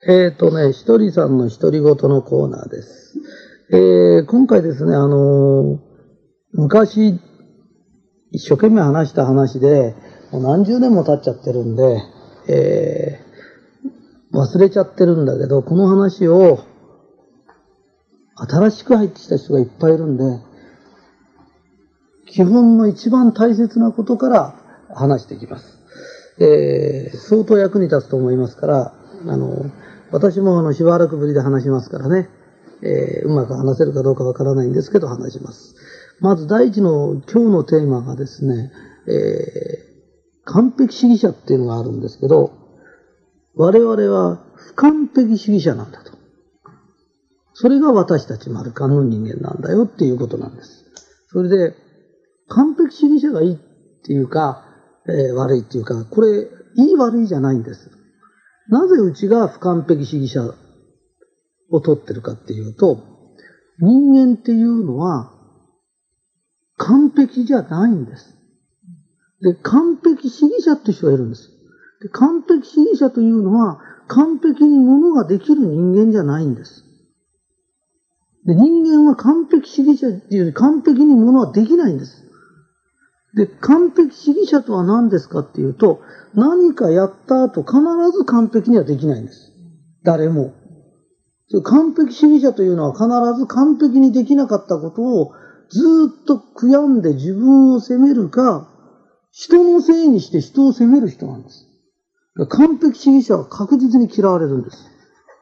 ひとりさんの独り言のコーナーです。今回ですね、昔、一生懸命話した話で、もう何十年も経っちゃってるんで、忘れちゃってるんだけど、この話を、新しく入ってきた人がいっぱいいるんで、基本の一番大切なことから話していきます。相当役に立つと思いますから、私もしばらくぶりで話しますからね、うまく話せるかどうかわからないんですけど話します。まず第一の今日のテーマがですね、完璧主義者っていうのがあるんですけど、我々は不完璧主義者なんだと。それが私たち丸カンの人間なんだよっていうことなんです。それで、完璧主義者がいいっていうか、悪いっていうか、これ、いい悪いじゃないんです。なぜうちが不完璧主義者を取ってるかっていうと、人間っていうのは完璧じゃないんです。で、完璧主義者って人がいるんです。で、完璧主義者というのは完璧にものができる人間じゃないんです。で、人間は完璧主義者っていうより完璧にものはできないんです。で、完璧主義者とは何ですかっていうと、何かやった後必ず完璧にはできないんです。誰も。完璧主義者というのは必ず完璧にできなかったことをずっと悔やんで自分を責めるか、人のせいにして人を責める人なんです。完璧主義者は確実に嫌われるんです。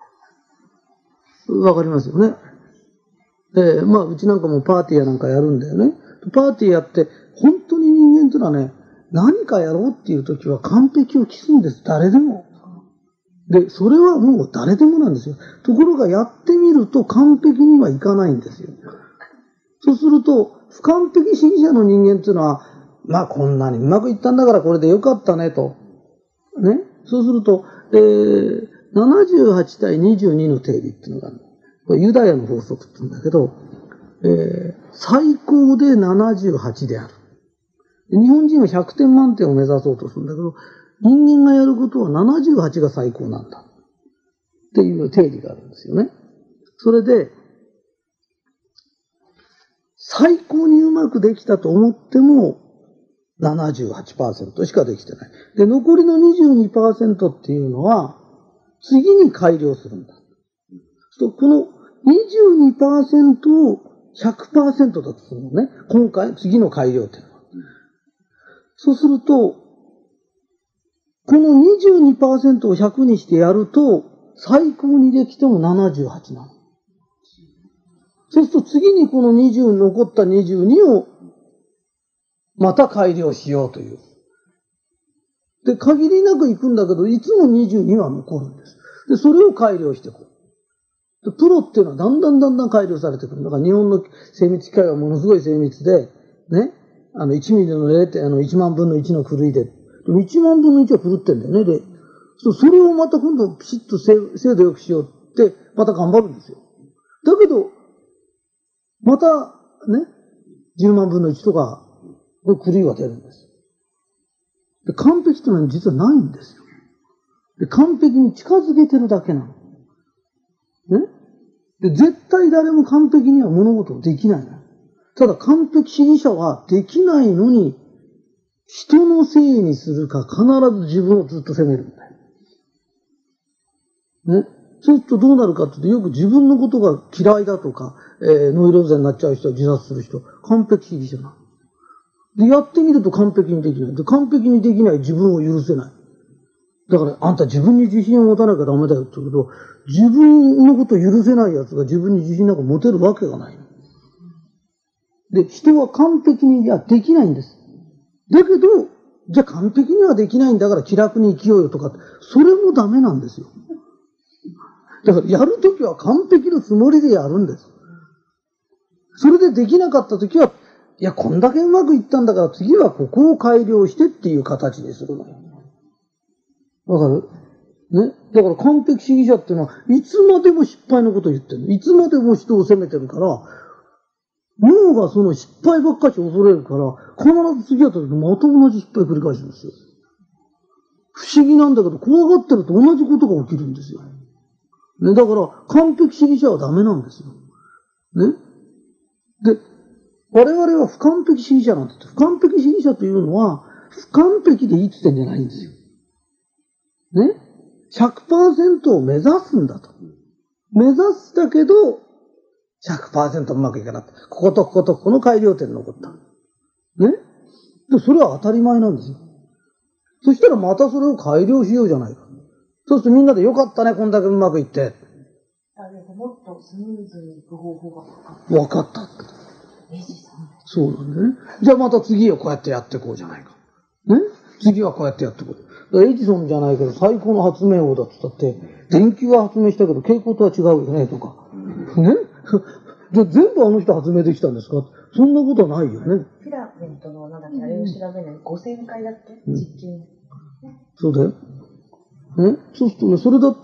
わかりますよね。うちなんかもパーティーやなんかやるんだよね。パーティーやって、本当に人間というのはね、何かやろうっていう時は完璧を期すんです。誰でも。で、それはもう誰でもなんですよ。ところがやってみると完璧にはいかないんですよ。そうすると、不完璧主義者の人間っていうのは、まあこんなにうまくいったんだからこれでよかったねと。ね。そうすると、78対22の定理っていうのがある。これユダヤの法則って言うんだけど、最高で78である。日本人は100点満点を目指そうとするんだけど、人間がやることは78が最高なんだ。っていう定理があるんですよね。それで、最高にうまくできたと思っても 78% しかできてない。で、残りの 22% っていうのは、次に改良するんだ。この 22% を 100% だとするのね。次の改良点は。そうすると、この 22% を100にしてやると、最高にできても78なの。そうすると次にこの残った22をまた改良しようという。で、限りなくいくんだけど、いつも22は残るんです。で、それを改良していく。プロっていうのはだんだん改良されてくる。だから日本の精密機械はものすごい精密で、ね、1ミリの1万分の1の狂いで、でも1万分の1は狂ってんだよね。で、それをまた今度ピシッと精度よくしようって、また頑張るんですよ。だけど、また、ね、10万分の1とか、狂いが出るんです。で、完璧っていうのは実はないんですよ。で、完璧に近づけてるだけなの。ね。で、絶対誰も完璧には物事をできないの。ただ完璧主義者はできないのに、人のせいにするか必ず自分をずっと責めるんだよ。ね。そうするとどうなるかっていうと、よく自分のことが嫌いだとか、ノイローゼになっちゃう人は自殺する人、完璧主義者なの。で、やってみると完璧にできない。で、完璧にできない自分を許せない。だから、あんた自分に自信を持たなきゃダメだよって言うけど、自分のことを許せない奴が自分に自信なんか持てるわけがない。で、人は完璧にできないんです。だけど、じゃあ完璧にはできないんだから気楽に生きようよとか、それもダメなんですよ。だから、やるときは完璧のつもりでやるんです。それでできなかったときは、いや、こんだけうまくいったんだから次はここを改良してっていう形にするのよ。わかる？ね。だから完璧主義者っていうのは、いつまでも失敗のことを言ってるの。いつまでも人を責めてるから、脳がその失敗ばっかり恐れるから、必ず次やった時また同じ失敗を繰り返すんですよ。不思議なんだけど、怖がってると同じことが起きるんですよ。 ね、だから、完璧主義者はダメなんですよ。ね。で、我々は不完璧主義者なんだって。不完璧主義者というのは、不完璧でいいって言ってんじゃないんですよ。ね。100% を目指すんだと。目指すだけど、100% うまくいかなかった。こことこことこの改良点残った。ね。で、それは当たり前なんですよ。そしたらまたそれを改良しようじゃないか。そうするとみんなでよかったね、こんだけうまくいって。 もっとスムーズにいく方法が分かった。そうなんだね。じゃあまた次はこうやってやっていこうじゃないか。ね。次はこうやってやっていこう。エジソンじゃないけど最高の発明王だって言ったって、電球は発明したけど蛍光灯は違うよね、とか。ね。じゃあ全部あの人発明できたんですか？そんなことはないよね。 フィラメントのなんだっけ、あれを調べるのに5000回だっけ、実験。 そうだよ。ね。そうするとね、それだって、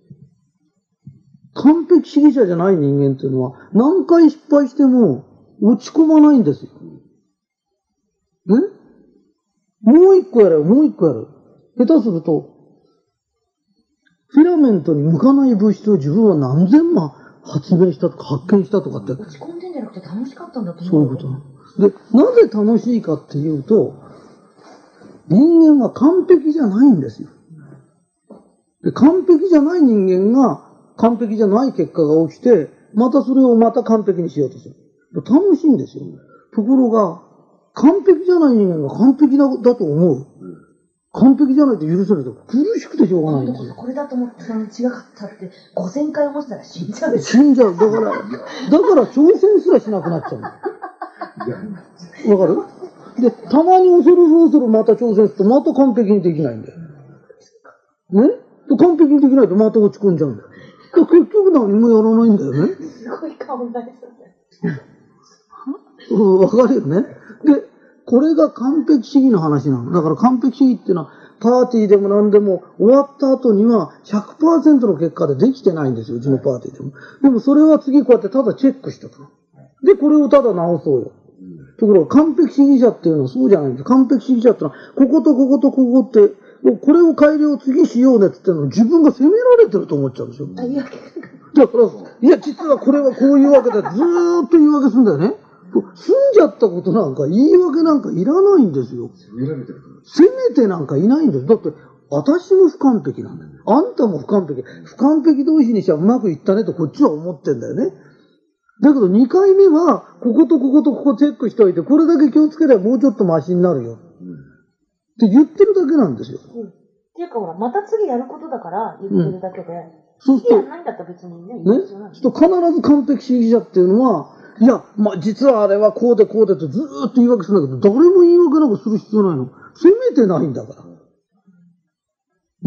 完璧主義者じゃない人間っていうのは、何回失敗しても落ち込まないんですよ。ね？もう一個やれよ、もう一個やる。下手すると、フィラメントに向かない物質を自分は何千万発明したとか発見したとかって。 落ち込んでんじゃなくて楽しかったんだと思う。 そういうことなの。で、なぜ楽しいかっていうと、人間は完璧じゃないんですよ。で、完璧じゃない人間が完璧じゃない結果が起きて、またそれをまた完璧にしようとする。楽しいんですよ。ところが、完璧じゃない人間が完璧だと思う。完璧じゃないと許せないと苦しくてしょうがないんですよ。 これだと思って違かったって5000回思ってたら死んじゃうでしょ。 死んじゃう。だから挑戦すらしなくなっちゃうの。わかる？で、たまに恐るまた挑戦するとまた完璧にできないんだよ。ね？完璧にできないとまた落ち込んじゃうんだよ。結局何もやらないんだよね。 すごい顔になりそうだよ。 わかるよね。で、これが完璧主義の話なの。だから完璧主義っていうのは、パーティーでも何でも終わった後には 100% の結果でできてないんですよ、うちのパーティーでも。でもそれは次こうやってただチェックしておくの。で、これをただ直そうよ。ところが完璧主義者っていうのはそうじゃないんです。完璧主義者っていうのは、こことこことここって、これを改良次しようねって言ってるのに自分が責められてると思っちゃうんですよ。だから、いや、実はこれはこういうわけでずーっと言い訳するんだよね。済んじゃったことなんか言い訳なんかいらないんですよ。責めてなんかいないんです。だって、私も不完璧なんだよ。あんたも不完璧。不完璧同士にしちゃうまくいったねとこっちは思ってんだよね。だけど2回目は、こことこことここチェックしといて、これだけ気をつければもうちょっとマシになるよ。って言ってるだけなんですよ。 っていうかほら、また次やることだから言ってるだけで。 そうすると、 次やらないんだったら別にね、 そうすると必ず完璧主義者っていうのは、いや、実はあれはこうでこうでってずーっと言い訳するんだけど、誰も言い訳なんかする必要ないの。責めてないんだから。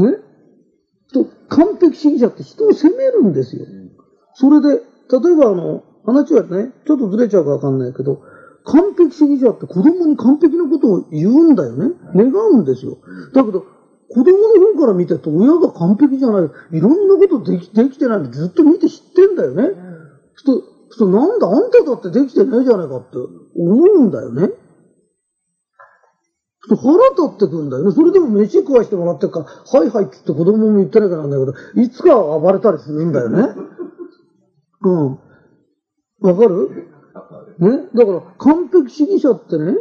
ね？完璧主義者って人を責めるんですよ。それで、例えば話はね、ちょっとずれちゃうかわかんないけど、完璧主義者って子供に完璧なことを言うんだよね。願うんですよ。だけど、子供の方から見てると親が完璧じゃない。いろんなことできてないんでずっと見て知ってんだよね。なんだ、あんただってできてないじゃないかって思うんだよね。腹立ってくんだよね。それでも飯食わしてもらってるから、はいはいって言って子供も言ってなきゃなんだけど、いつかは暴れたりするんだよね。うん。わかる？ね。だから、完璧主義者ってね、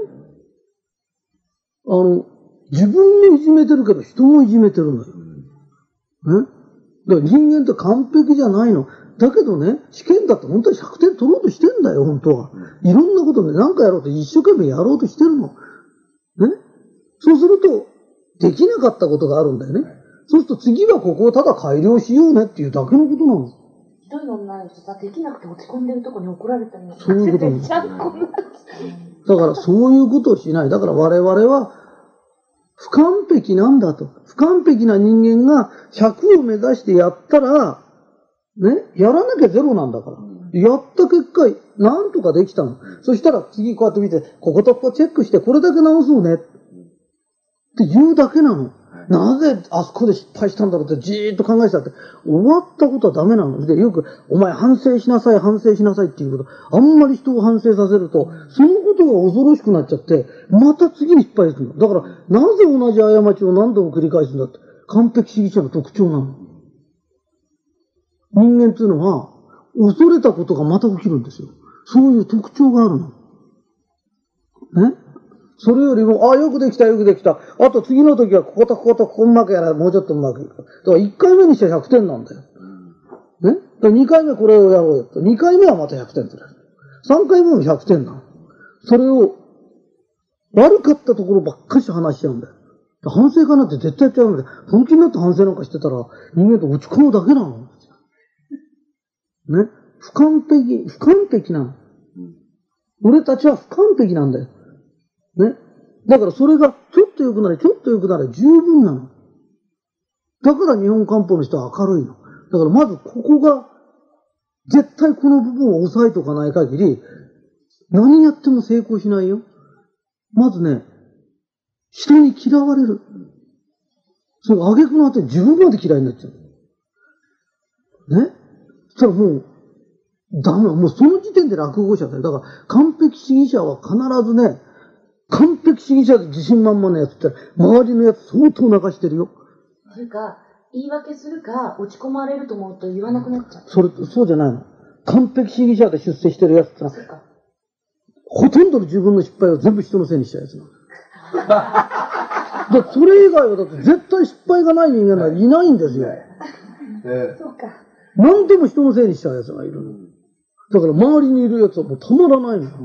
自分もいじめてるけど人もいじめてるんだよ。ね。だから人間って完璧じゃないの。だけどね、試験だって本当に100点取ろうとしてんだよ、本当は。いろんなことね、何かやろうと一生懸命やろうとしてるの。ね。そうすると、できなかったことがあるんだよね。そうすると次はここをただ改良しようねっていうだけのことなの。 ひどい女の人さ、できなくて落ち込んでるとこに怒られたの。 そういうことなの。だからそういうことをしない。だから我々は不完璧なんだと。不完璧な人間が100を目指してやったら、ね、やらなきゃゼロなんだから。やった結果、なんとかできたの。そしたら次こうやって見て、こことここチェックして、これだけ直そうね。って言うだけなの。なぜあそこで失敗したんだろうってじーっと考えてたって、終わったことはダメなの。で、よく、お前反省しなさいっていうこと、あんまり人を反省させると、そのことが恐ろしくなっちゃって、また次に失敗するの。だから、なぜ同じ過ちを何度も繰り返すんだって、完璧主義者の特徴なの。 人間っていうのは、恐れたことがまた起きるんですよ。そういう特徴があるの。ね。それよりも、よくできた、よくできた。あと次の時は、こことこことここうまくやら、もうちょっとうまくいく。だから1回目にして100点なんだよ。ね。だ2回目これをやろうよと。2回目はまた100点取れる。3回目も100点なの。それを、悪かったところばっかし話しちゃうんだよ。反省会なんて絶対やっちゃうんだよ。本気になって反省なんかしてたら、人間って落ち込むだけなの。ね。不完璧なの。俺たちは不完璧なんだよ。ね。だからそれがちょっと良くなれ、ちょっと良くなれ、十分なの。だから日本漢方の人は明るいの。だからまずここが、絶対この部分を押さえとかない限り、何やっても成功しないよ。まずね、人に嫌われる。それ挙句の果て自分まで嫌いになっちゃう。ね。そしたらもう、ダメだ。もうその時点で落語者だよ。だから完璧主義者は必ずね、完璧主義者で自信満々なやつって周りのやつ相当泣かしてるよ。 というか、言い訳するか落ち込まれると思うと言わなくなっちゃう。 そうじゃないの。完璧主義者で出世してるやつってのは、ほとんどの自分の失敗を全部人のせいにしちゃうやつなの。それ以外はだって絶対失敗がない人間はいないんですよ。 そうか。 何でも人のせいにしちゃうやつがいるの。だから周りにいるやつはもうたまらないの。ね。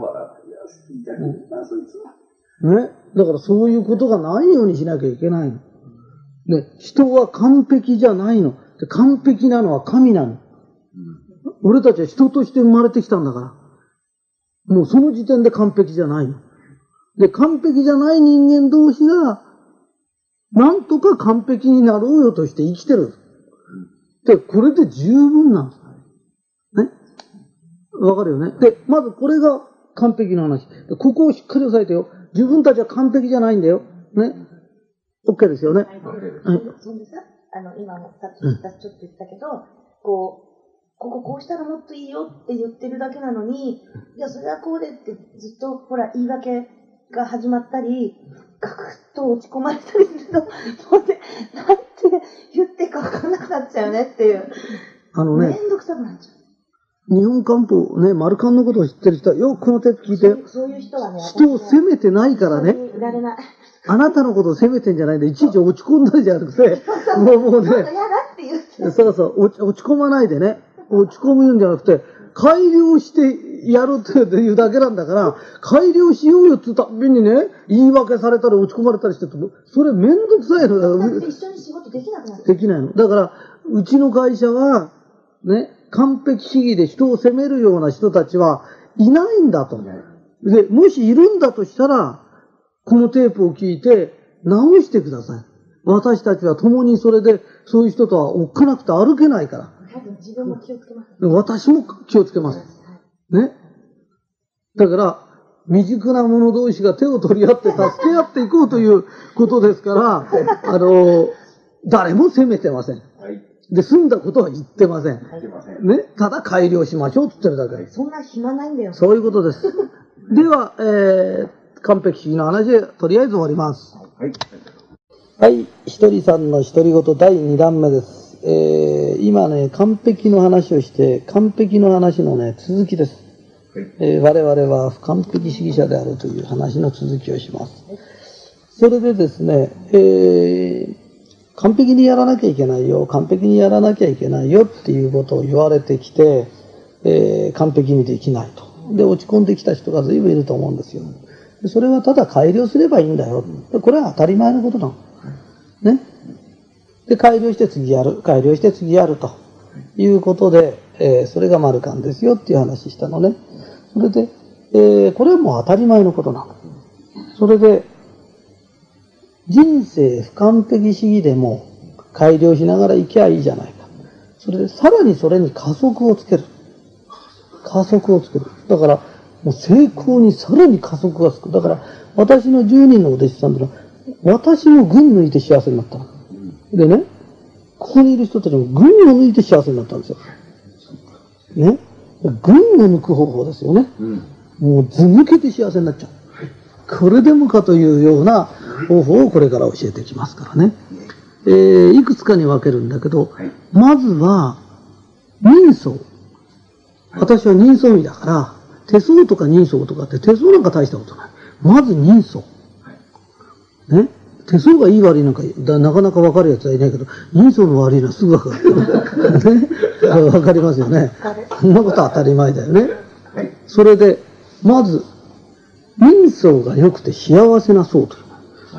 だからそういうことがないようにしなきゃいけないの。ね。人は完璧じゃないの。で完璧なのは神なの。俺たちは人として生まれてきたんだから。もうその時点で完璧じゃないの。で、完璧じゃない人間同士が、なんとか完璧になろうよとして生きてる。で、これで十分なんです。ね。わかるよね。で、まずこれが完璧な話。ここをしっかり押さえてよ。自分たちは完璧じゃないんだよ。ね。OK ですよね。はい。 そんでさ、今もさっきちょっと言ったけど、こうしたらもっといいよって言ってるだけなのに、いや、それはこうでってずっと、ほら、言い訳が始まったり、ガクッと落ち込まれたりすると、なんて言ってか分かんなくなっちゃうねっていう。めんどくさくなっちゃう。 日本漢方ね、丸漢のことを知ってる人は、よくこのテープ聞いて。 そういう人はね、 人を責めてないからね。あなたのことを責めてんじゃないんで、いちいち落ち込んだりじゃなくて、もうね、そう落ち込まないでね、落ち込むんじゃなくて、改良してやるっていうだけなんだから、改良しようよってたびにね、言い訳されたり落ち込まれたりしてて、それめんどくさいのよ。 だって一緒に仕事できなくなる。 できないの。だから、うちの会社は、ね、完璧主義で人を責めるような人たちはいないんだと。で、もしいるんだとしたら、このテープを聞いて直してください。私たちは共にそれで、そういう人とはおっかなくて歩けないから。 自分も気をつけます。 私も気をつけます。ね。だから、未熟な者同士が手を取り合って助け合っていこうということですから、誰も責めてません。で、済んだことは言ってません。ね。ただ改良しましょうって言ってるだけ。 そんな暇ないんだよ。 そういうことです。では、完璧主義の話でとりあえず終わります。はい。ひとりさんの独り言第2弾目です。今ね、完璧の話をして、完璧の話のね、続きです。我々は不完璧主義者であるという話の続きをします。それでですね、完璧にやらなきゃいけないよ、完璧にやらなきゃいけないよっていうことを言われてきて、完璧にできないと。で、落ち込んできた人が随分いると思うんですよ。それはただ改良すればいいんだよ。これは当たり前のことなの。ね。で、改良して次やる、改良して次やるということで、それが丸漢ですよっていう話したのね。それで、これはもう当たり前のことなの。それで、人生不完璧主義でも改良しながら生きゃいいじゃないか。それで、さらにそれに加速をつける。加速をつける。だから、もう成功にさらに加速がつく。だから、私の10人のお弟子さんというのは、私も群抜いて幸せになったの。でね、ここにいる人たちも群を抜いて幸せになったんですよ。ね。群を抜く方法ですよね。もう図抜けて幸せになっちゃう。これでもかというような方法をこれから教えていきますからね。いくつかに分けるんだけど、まずは、 人相。私は人相見だから、手相とか人相とかって手相なんか大したことない。まず人相。ね。手相がいい悪いなんかなかなか分かるやつはいないけど、人相の悪いのはすぐ分かる。ね。分かりますよね。そんなことは当たり前だよね。それで、まず、人相が良くて幸せな相という。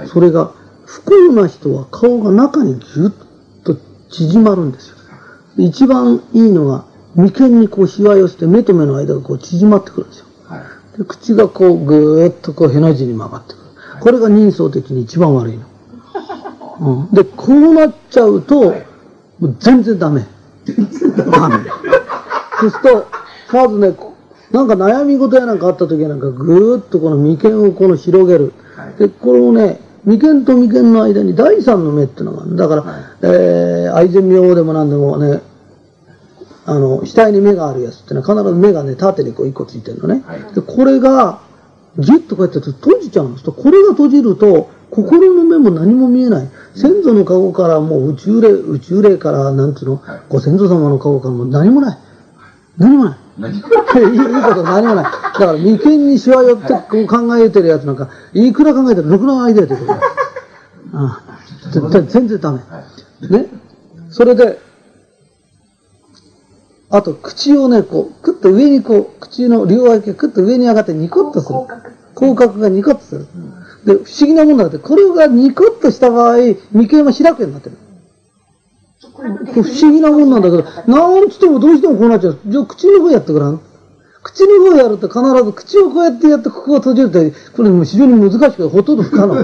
それが、不幸な人は顔が中にぎゅっと縮まるんですよ。一番いいのが、眉間にこうしわ寄せて目と目の間がこう縮まってくるんですよ。で口がこうぐーっとこうへの字に曲がってくる。これが人相的に一番悪いの。で、こうなっちゃうと、もう全然ダメ。ダメ。そうすると、まずね、なんか悩み事やなんかあった時なんかぐーっとこの眉間をこの広げる。で、これをね、眉間と眉間の間に第三の目っていうのがある。だから、愛染明王でもなんでもね、額に目があるやつってのは必ず目がね、縦にこう一個ついてるのね。で、これが、ギュッとこうやって閉じちゃうんですと、これが閉じると、心の目も何も見えない。先祖の顔からもう宇宙霊から、なんつうの、ご先祖様の顔からもう何もない。何もない。いいこと何もない。だから眉間にしわ寄ってこう考えてるやつなんか、いくら考えてるろくなアイデアってことだ。全然ダメ。ね。それで、あと、口をね、こう、くっと上にこう、口の両脇がくっと上に上がってニコッとする。口角がニコッとする。で、不思議なもんだって、これがニコッとした場合、眉間は開くようになってる。不思議なもんなんだけど、なんつってもどうしてもこうなっちゃう。じゃあ、口の方やってごらん。口の方やると必ず口をこうやってやってここを閉じるって、これも非常に難しくてほとんど不可能。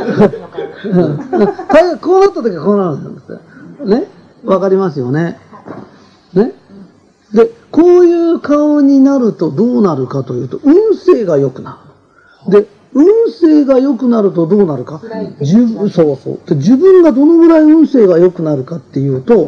こうなった時はこうなるんですよ。ね。わかりますよね。ね。で、こういう顔になるとどうなるかというと、運勢が良くなる。で、運勢が良くなるとどうなるか。そうそう。で、自分がどのぐらい運勢が良くなるかっていうと、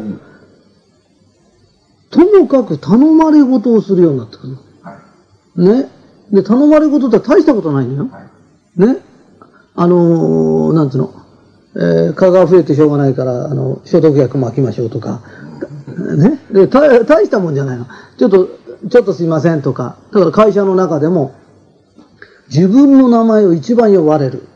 ともかく頼まれ事をするようになってくる。ね。で、頼まれ事って大したことないのよ。ね。なんつうの。蚊が増えてしょうがないから、消毒薬巻きましょうとか。ね。で、大したもんじゃないの。ちょっとすいませんとか。だから会社の中でも、自分の名前を一番呼ばれる。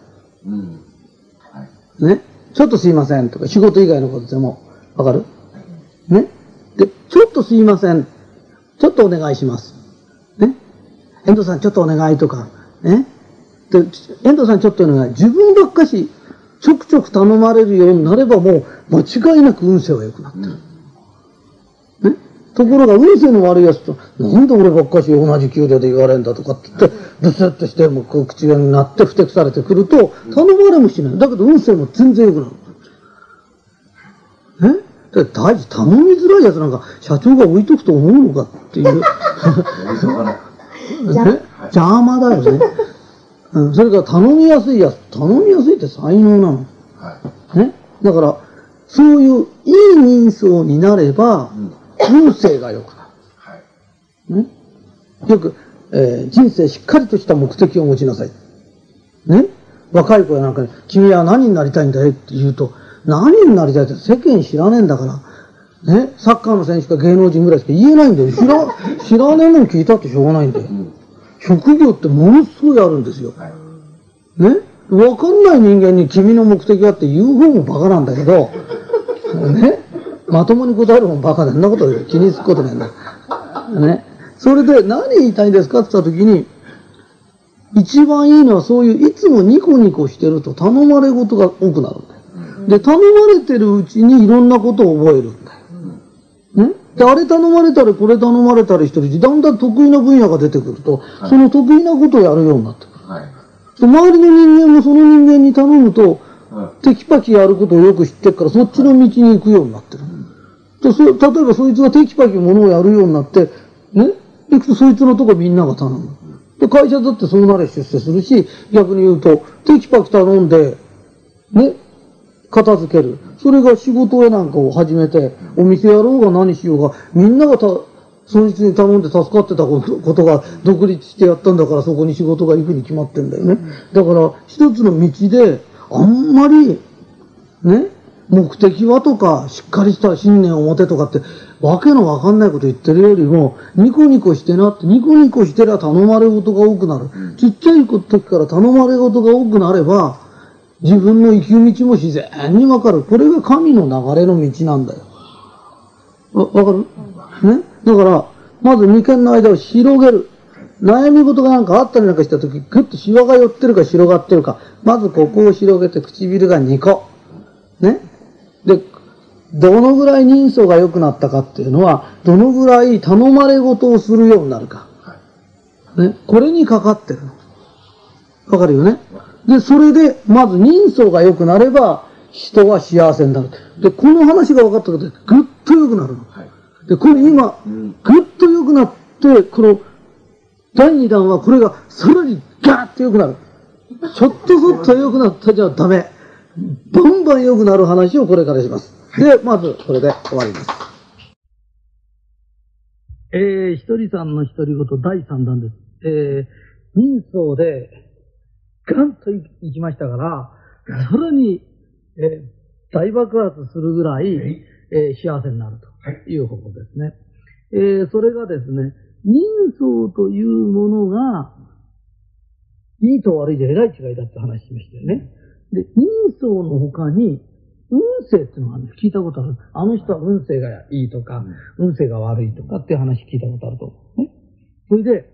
ね。ちょっとすいませんとか、仕事以外のことでも、わかる？ね。で、ちょっとすいません。ちょっとお願いします。ね。遠藤さんちょっとお願いとか。ね。で、遠藤さんちょっとお願い。自分ばっかし、ちょくちょく頼まれるようになればもう、間違いなく運勢は良くなってる。ね。ところが運勢の悪いやつと、なんで俺ばっかし同じ給料で言われるんだとかって言って、ブスッとしてもこう口になってふてくされてくると、頼まれもしない。だけど運勢も全然良くなる。ね。で、大事、頼みづらいやつなんか、社長が置いとくと思うのかっていう。ね。邪魔だよね。それから頼みやすいやつ。頼みやすいって才能なの。ね。だから、そういういい人相になれば、運勢が良くなる。ね。よく、人生しっかりとした目的を持ちなさい。ね。若い子やなんかに、君は何になりたいんだよって言うと、何になりたいって世間知らねえんだから、ね。サッカーの選手か芸能人ぐらいしか言えないんだよ。知らねえもん聞いたってしょうがないんだよ。職業ってものすごいあるんですよ。ね。わかんない人間に君の目的はって言う方もバカなんだけど、ね。まともに答えるもんバカで、そんなこと気にすることないんだ。ね。それで何言いたいんですかって言った時に、一番いいのはそういういつもニコニコしてると頼まれ事が多くなるんだよ。で、頼まれてるうちにいろんなことを覚えるんだよ。ね。で、あれ頼まれたりこれ頼まれたりしてるうち、だんだん得意な分野が出てくると、その得意なことをやるようになってくる。周りの人間もその人間に頼むと、テキパキやることをよく知ってるから、そっちの道に行くようになってる。で、例えばそいつがテキパキものをやるようになって、ね、行くとそいつのとこみんなが頼む。で、会社だってそうなれ出世するし、逆に言うと、テキパキ頼んで、ね、片付ける。それが仕事やなんかを始めて、お店やろうが何しようが、みんながそいつに頼んで助かってたことが独立してやったんだから、そこに仕事が行くに決まってんだよね。だから、一つの道で、あんまり、ね、 目的はとか、しっかりした信念を持てとかって、わけのわかんないこと言ってるよりも、ニコニコしてなって、ニコニコしてりゃ頼まれ事が多くなる。ちっちゃい時から頼まれ事が多くなれば、自分の生き道も自然にわかる。これが神の流れの道なんだよ。わかる？ね？だから、まず眉間の間を広げる。悩み事がなんかあったりなんかしたとき、ぐっとシワが寄ってるか広がってるか。まずここを広げて唇が2個。ね。で、どのぐらい人相が良くなったかっていうのは、どのぐらい頼まれ事をするようになるか。ね。これにかかってるの。わかるよね。で、それで、まず人相が良くなれば、人は幸せになる。で、この話が分かったことで、ぐっと良くなるの。で、これ今、ぐっと良くなって、この、第2弾はこれがさらにガーッと良くなる。ちょっとずつ良くなったじゃダメ。バンバン良くなる話をこれからします。で、まずこれで終わります。ひとりさんの独り言第3弾です。人相でガンといきましたから、さらに、大爆発するぐらい、幸せになるという方法ですね。それがですね、人相というものが、いいと悪いでえらい違いだって話しましたよね。で、人相の他に、運勢っていうのがあるんです。聞いたことある。あの人は運勢がいいとか、運勢が悪いとかっていう話聞いたことあると思うね。それで、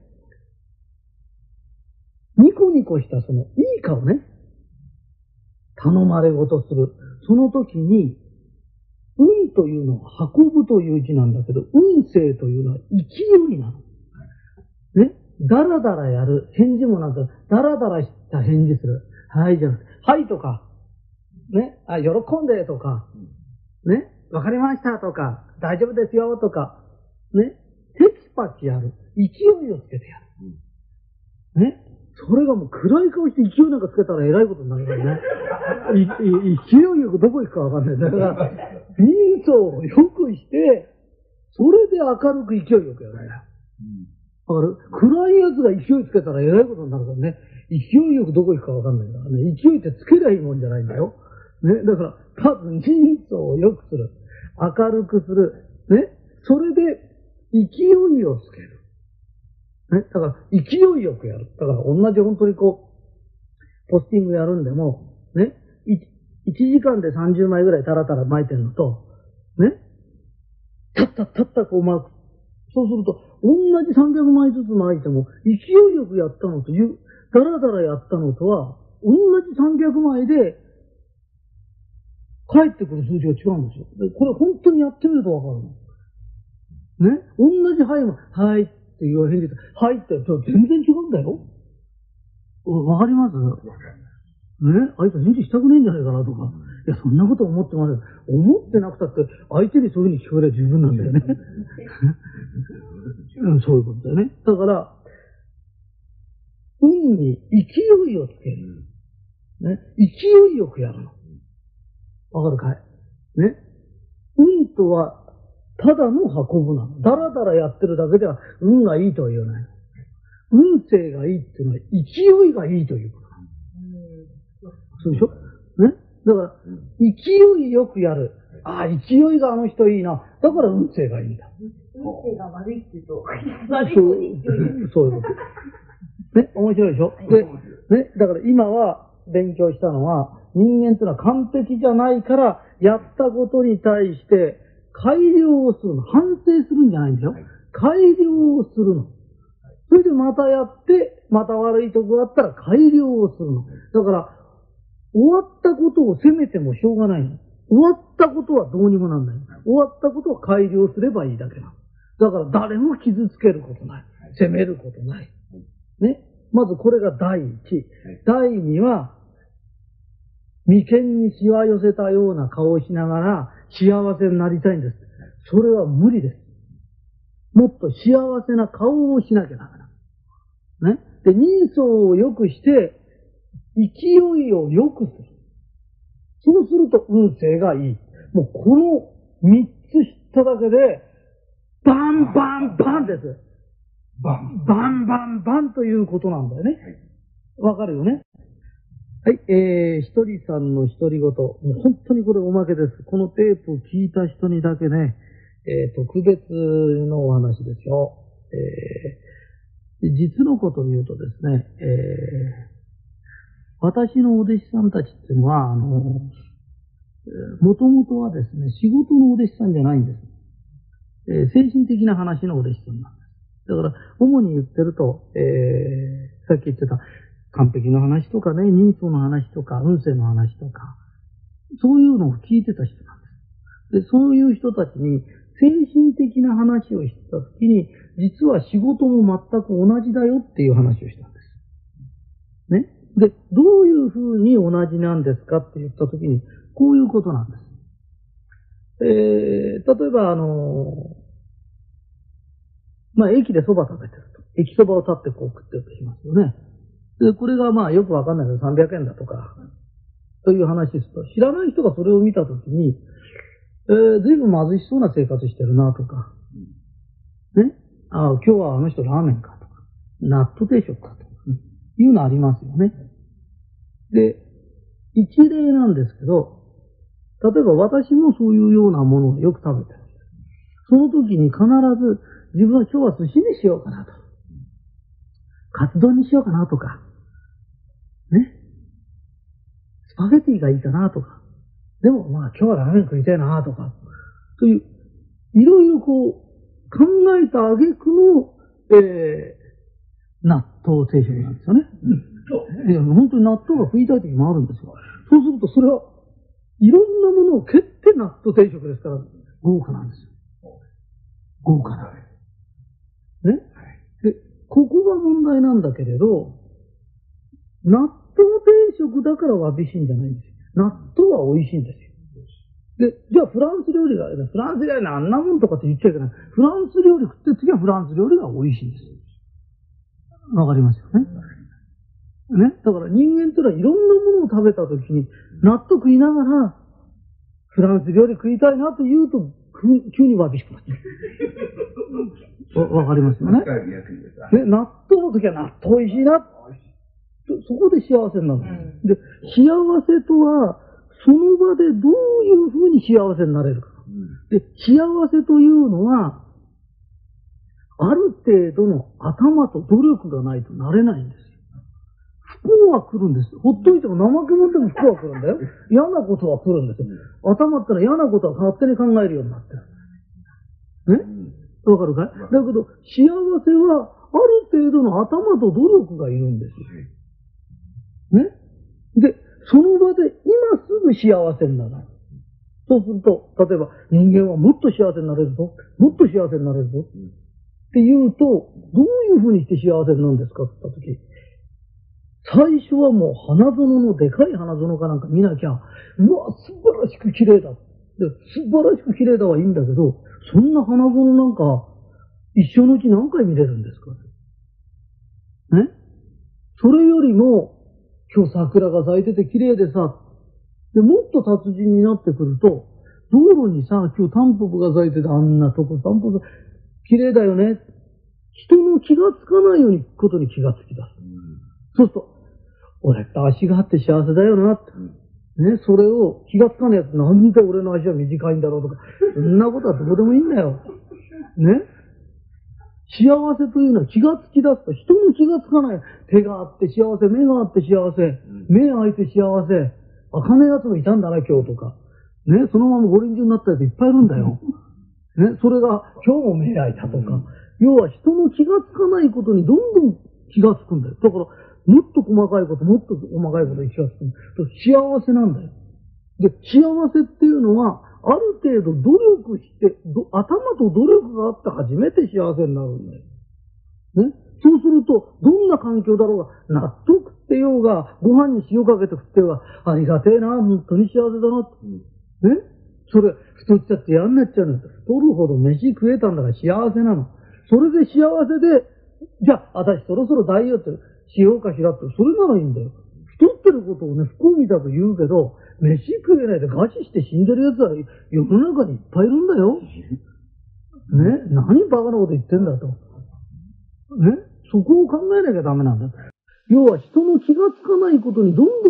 ニコニコしたそのいい顔ね、頼まれ事する。その時に、運というのは運ぶという字なんだけど、運勢というのは勢いなの。ね。だらだらやる。返事もなんか、だらだらした返事する。はいじゃなくて、はいとか、ね。あ、喜んでとか、ね。わかりましたとか、大丈夫ですよとか、ね。テキパキやる。勢いをつけてやる。ね。それがもう暗い顔して勢いなんかつけたら偉いことになるからね。勢いよくどこ行くかわかんないんだから、人相を良くして、それで明るく勢いよくやるんだよ。だから暗い奴が勢いつけたら偉いことになるからね。勢いよくどこ行くかわかんないからね。勢いってつけりゃいいもんじゃないんだよ。ね。だから、まず人相を良くする。明るくする。ね。それで勢いをつける。ね。だから、勢いよくやる。だから、同じ本当にこう、ポスティングやるんでも、ね。1時間で30枚ぐらいタラタラ巻いてるのと、ね。たったこう巻く。そうすると、同じ300枚ずつ巻いても、勢いよくやったのと、ダラダラやったのとは、同じ300枚で、返ってくる数字が違うんですよ。これ本当にやってみるとわかるの。ね。同じはいも、はいって言わへんけど、はいって全然違うんだよ。わかります？ね。あいつ返事したくねえんじゃないかなとか。いや、そんなこと思ってません。思ってなくたって、相手にそういうふうに聞こえれば十分なんだよね。そういうことだよね。だから、運に勢いをつける。ね。勢いよくやるの。わかるかい？ね。運とは、ただの運ぶなの。だらだらやってるだけでは運がいいとは言わない。運勢がいいっていうのは勢いがいいということなの。そうでしょ？ね。だから、勢いよくやる。ああ、勢いがあの人いいな。だから運勢がいいんだ。 運勢が悪いって言うと、悪い方に勢いがそういうこと。ね、面白いでしょ？で、ね、だから今は勉強したのは、人間っていうのは完璧じゃないから、やったことに対して改良をするの。反省するんじゃないんだよ。改良をするの。それでまたやって、また悪いとこがあったら改良をするの。だから、終わったことを責めてもしょうがないの。終わったことはどうにもなんない。終わったことを改良すればいいだけなの。だから誰も傷つけることない。責めることない。ね。まずこれが第一。第二は、眉間にしわ寄せたような顔をしながら幸せになりたいんです。それは無理です。もっと幸せな顔をしなきゃダメな。ね。で、人相を良くして、勢いを良くする。そうすると運勢がいい。もうこの三つ知っただけで、バンバンバンです。バンバンバンということなんだよね。わかるよね。 はい、ひとりさんの独り言。もう本当にこれおまけです。このテープを聞いた人にだけね、特別のお話ですよ。実のことを言うとですね、私のお弟子さんたちっていうのは、もともとはですね、仕事のお弟子さんじゃないんです。精神的な話のお弟子さんなんです。だから、主に言ってると、さっき言ってた、完璧の話とかね、人相の話とか、運勢の話とか、そういうのを聞いてた人なんです。で、そういう人たちに、精神的な話をしてたときに、実は仕事も全く同じだよっていう話をしたんです。ね。で、どういうふうに同じなんですかって言ったときに、こういうことなんです。例えば、駅で蕎麦食べてると。駅蕎麦を立ってこう食ってるとしますよね。で、これがよくわかんないけど300円だとか、という話ですと、知らない人がそれを見たときに、ずいぶん貧しそうな生活してるなとか、ね。今日はあの人ラーメンかとか、納豆定食かとか、いうのありますよね。で、一例なんですけど、例えば私もそういうようなものをよく食べてる。その時に必ず自分は今日は寿司にしようかなと。カツ丼にしようかなとか、ね。スパゲティがいいかなとか。でも今日はラーメン食いたいなとか。という、いろいろ考えた挙句の、納豆定食なんですよね。いや、本当に納豆が食いたい時もあるんですよ。そうするとそれはいろんなものを蹴って納豆定食ですから、豪華なんですよ。豪華な。ね。で、ここが問題なんだけれど、納豆定食だからわびしいんじゃないんですよ。納豆は美味しいんですよ。で、じゃあフランス料理が、フランス料理あんなもんとかって言っちゃいけない。フランス料理食って次はフランス料理が美味しいんですよ。わかりますよね。ね。だから人間というのはいろんなものを食べたときに、納豆食いながら、フランス料理食いたいなと言うと、急にわびしくなっちゃう。わかりますよね。納豆の時は納豆美味しいな。そこで幸せになる。で、幸せとは、その場でどういうふうに幸せになれるか。で、幸せというのは、ある程度の頭と努力がないとなれないんですよ。不幸は来るんです。ほっといても怠け者でも不幸は来るんだよ。嫌なことは来るんですよ。頭ったら嫌なことは勝手に考えるようになってる。ね？わかるかい？だけど、幸せはある程度の頭と努力がいるんですよ。ね？で、その場で今すぐ幸せになる。そうすると、例えば人間はもっと幸せになれるぞ。もっと幸せになれるぞ。って言うと、どういうふうにして幸せになるんですかって言ったとき、最初はもう花園のでかい花園かなんか見なきゃ、うわ、素晴らしく綺麗だ。で、素晴らしく綺麗だはいいんだけど、そんな花園なんか、一生のうち何回見れるんですかね。それよりも、今日桜が咲いてて綺麗でさ、で、もっと達人になってくると、道路にさ、今日タンポポが咲いててあんなとこ、タンポポ綺麗だよね。人の気がつかないようにことに気がつき出す。そうすると、俺って足があって幸せだよなって。ね、それを気がつかないやつ、なんで俺の足は短いんだろうとか、そんなことはどうでもいいんだよ。ね。幸せというのは気がつき出すと、人の気がつかない。手があって幸せ、目があって幸せ、目開いて幸せ、開かねえやつもいたんだな、今日とか。ね、そのまま五輪中になったやついっぱいいるんだよ。ね、それが今日も目開いたとか。要は人の気がつかないことにどんどん気がつくんだよ。だから、もっと細かいこと、もっと細かいことに気がつくんだよ。幸せなんだよ。で、幸せっていうのは、ある程度努力して、頭と努力があって初めて幸せになるんだよ。ね。そうすると、どんな環境だろうが、納豆食ってようが、ご飯に塩かけて食ってようが、ありがてえな、本当に幸せだな。ね。それ、太っちゃって嫌になっちゃうんだよ。太るほど飯食えたんだから幸せなの。それで幸せで、じゃあ、私そろそろダイエットしようかしらって、それならいいんだよ。太ってることをね、不幸みたく言うけど、飯食えないで餓死して死んでる奴は世の中にいっぱいいるんだよ。ね、何バカなこと言ってんだと。ね、そこを考えなきゃダメなんだ。要は人の気がつかないことにどんどん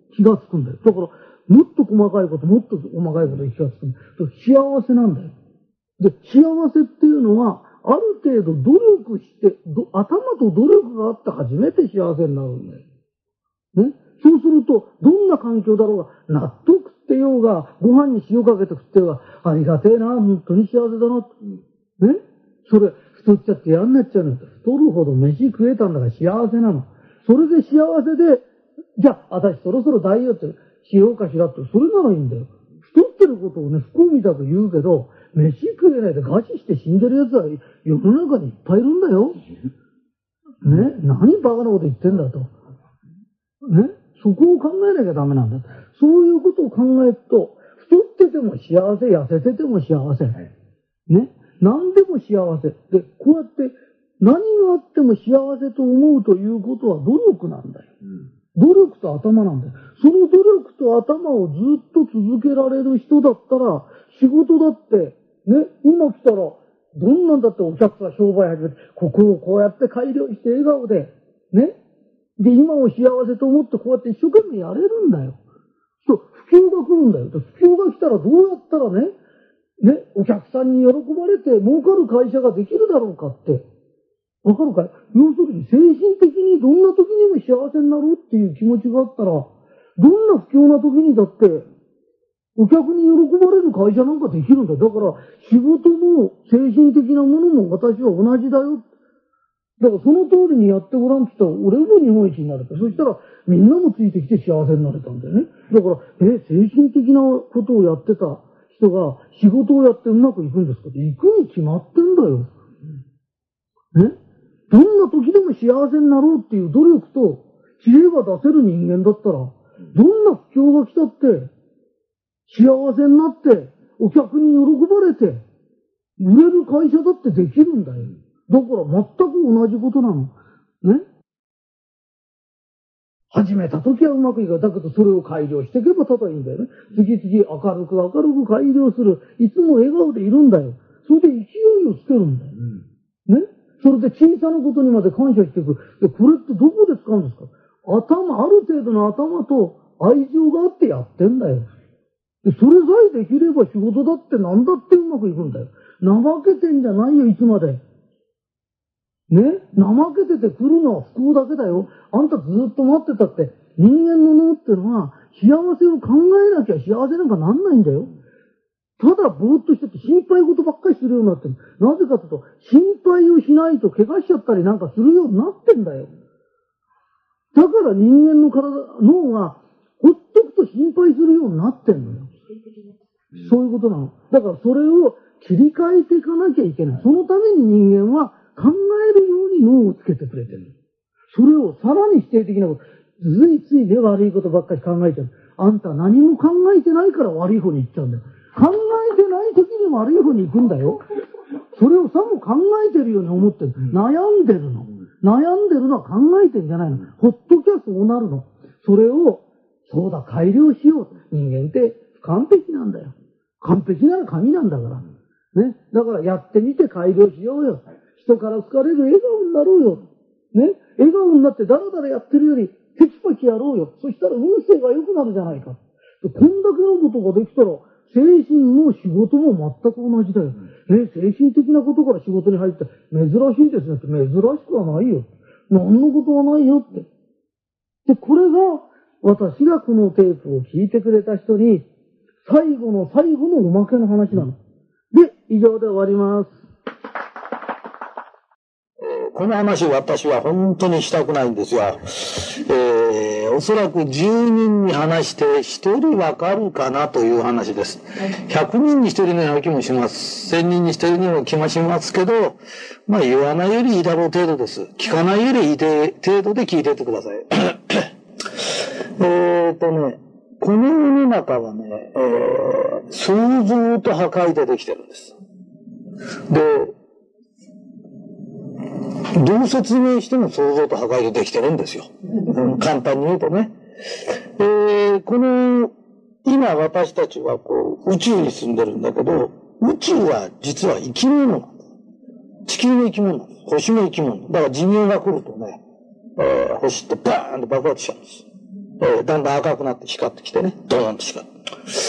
気がつくんだよ。だから、もっと細かいこと、もっと細かいことに気がつくんだよ。幸せなんだよ。で、幸せっていうのは、ある程度努力して、頭と努力があって初めて幸せになるんだよ。ね。そうすると、どんな環境だろうが、納豆食ってようが、ご飯に塩かけて食ってようが、ありがてえな、本当に幸せだな。ね。それ、太っちゃって嫌になっちゃうの。太るほど飯食えたんだから幸せなの。それで幸せで、じゃあ、私そろそろダイエットしようかしらって、それならいいんだよ。太ってることをね、不幸みたく言うけど、飯食えないで餓死して死んでる奴は世の中にいっぱいいるんだよ。ね、何バカなこと言ってんだと。ね、そこを考えなきゃダメなんだ。そういうことを考えると、太ってても幸せ、痩せてても幸せ。ね、何でも幸せ。で、こうやって何があっても幸せと思うということは努力なんだよ。努力と頭なんだよ。その努力と頭をずっと続けられる人だったら、仕事だって、ね、今来たら、どんなんだってお客さん商売始めて、ここをこうやって改良して笑顔で、ね。で、今を幸せと思ってこうやって一生懸命やれるんだよ。そう、不況が来るんだよ。不況が来たらどうやったらね、お客さんに喜ばれて儲かる会社ができるだろうかって。わかるかい？要するに精神的にどんな時にも幸せになるっていう気持ちがあったら、どんな不況な時にだって、お客に喜ばれる会社なんかできるんだ。だから、仕事も精神的なものも私は同じだよ。だからその通りにやってごらんって言ったら、俺も日本一になれた。そしたら、みんなもついてきて幸せになれたんだよね。だから、精神的なことをやってた人が仕事をやってうまくいくんですかって、行くに決まってんだよ。ね。どんな時でも幸せになろうっていう努力と知恵が出せる人間だったら、どんな不況が来たって、幸せになって、お客に喜ばれて、売れる会社だってできるんだよ。だから全く同じことなの。ね。始めた時はうまくいかない。だけどそれを改良していけばただいいんだよね。次々明るく改良する。いつも笑顔でいるんだよ。それで勢いをつけるんだよ。ね。それで小さなことにまで感謝していく。で、これってどこで使うんですか？ある程度の頭と愛情があってやってんだよ。で、それさえできれば仕事だって何だってうまくいくんだよ。怠けてんじゃないよ、いつまで。ね、怠けてて来るのは不幸だけだよ。あんたずっと待ってたって、人間の脳ってのは幸せを考えなきゃ幸せなんかなんないんだよ。ただぼーっとしてて心配事ばっかりするようになってる。なぜかというと、心配をしないと怪我しちゃったりなんかするようになってんだよ。だから人間の脳がほっとくと心配するようになってんのよ。そういうことなの。だからそれを切り替えていかなきゃいけない。そのために人間は考えるように脳をつけてくれてる。それをさらに否定的なこと、ついついね、悪いことばっかり考えてる。あんた何も考えてないから悪い方に行っちゃうんだよ。考えてない時に悪い方に行くんだよ。それをさも考えてるように思ってる。悩んでるの。悩んでるのは考えてんじゃないの。ほっときゃそうなるの。それを、そうだ、改良しよう。人間って不完璧なんだよ。完璧なら神なんだから。ね。だからやってみて改良しようよ。人から好かれる笑顔になろうよ。ね。笑顔になってダラダラやってるより、テキパキやろうよ。そしたら運勢が良くなるじゃないか。こんだけのことができたら、精神も仕事も全く同じだよ。精神的なことから仕事に入って珍しいですねって珍しくはないよ。何のことはないよって。で、これが私がこのテープを聞いてくれた人に最後の最後のおまけの話なの。で、以上で終わります。 この話を私は本当にしたくないんですが、おそらく10人に話して1人わかるかなという話です。100人に1人のような気もします。1000人に1人のような気もしますけど、まあ言わないよりいいだろう程度です。聞かないよりいい程度で聞いてってください。この世の中はね、創造と破壊でできてるんです。で、どう説明しても創造と破壊でできてるんですよ。簡単に言うとね。この、今私たちはこう、宇宙に住んでるんだけど、宇宙は実は生き物なんだ。地球の生き物なんです。星の生き物。だから寿命が来るとね、星ってバーンと爆発しちゃうんです。 だんだん赤くなって光ってきてね、ドーンと光る。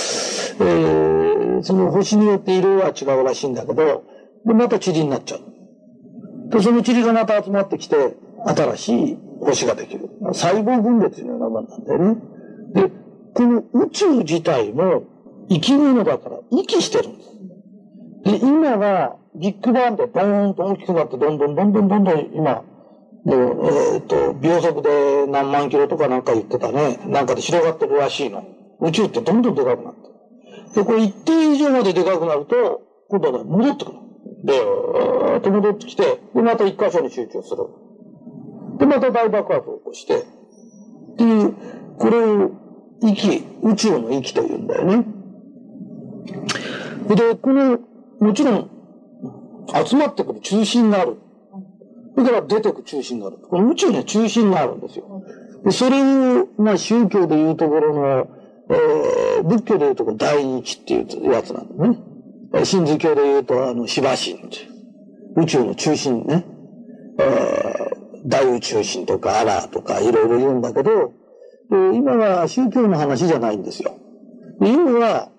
その星によって色は違うらしいんだけど、で、また塵になっちゃう。で、その塵がまた集まってきて、新しい星ができる。細胞分裂のようなものなんだよね。で、この宇宙自体も生き物だから息してるんです。で、今はビッグバンでドーンと大きくなって、どんどん今、もう、秒速で何万キロとかなんか言ってたね。なんかで広がってるらしいの。宇宙ってどんどんでかくなってる。で、これ一定以上まででかくなると、今度はね、戻ってくる。で、戻ってきて、で、また一箇所に集中する。で、また大爆発を起こして、っていう、これを宇宙の息というんだよね。で、もちろん、集まってくる中心がある。だから出てく中心がある。この宇宙には中心があるんですよ。で、それを、宗教でいうところの、仏教でいうところ第二期っていうやつなんだね。神儒教でいうと、シバ神っていう。宇宙の中心ね。大宇宙神とかアラーとかいろいろ言うんだけど、今は宗教の話じゃないんですよ。今は、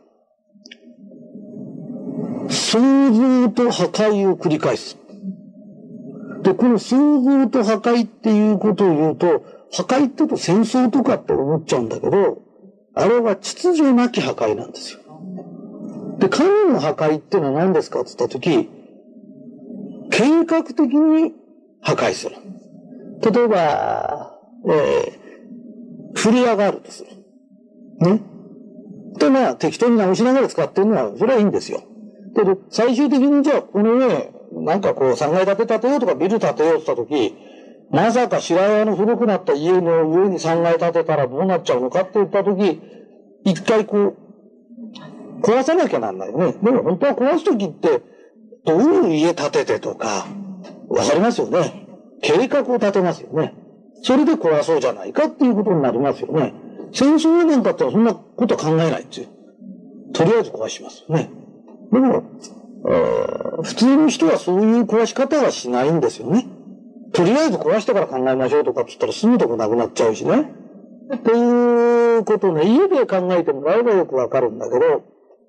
創造と破壊を繰り返す。で、この創造と破壊っていうことを言うと、破壊って言うと戦争とかって思っちゃうんだけど、あれは秩序なき破壊なんですよ。で、神の破壊っていうのは何ですかって言ったとき、計画的に破壊する。例えば、振り上がるとする。ね。で、適当に直しながら使ってるのは、それはいいんですよ。けど、最終的にじゃあ、この上、なんか3階建てようとかビル建てようとしたとき、まさか白岩の古くなった家の上に3階建てたらどうなっちゃうのかって言ったとき、一回壊さなきゃなんないよね。でも本当は壊すときって、どういう家建ててとか、わかりますよね。計画を立てますよね。それで壊そうじゃないかっていうことになりますよね。戦争なんかってそんなこと考えないんですよ。とりあえず壊しますよね。でも、普通の人はそういう壊し方はしないんですよね。とりあえず壊してから考えましょうとかって言ったら住むとこなくなっちゃうしね。ということね、家で考えてもらえばよくわかるんだけど、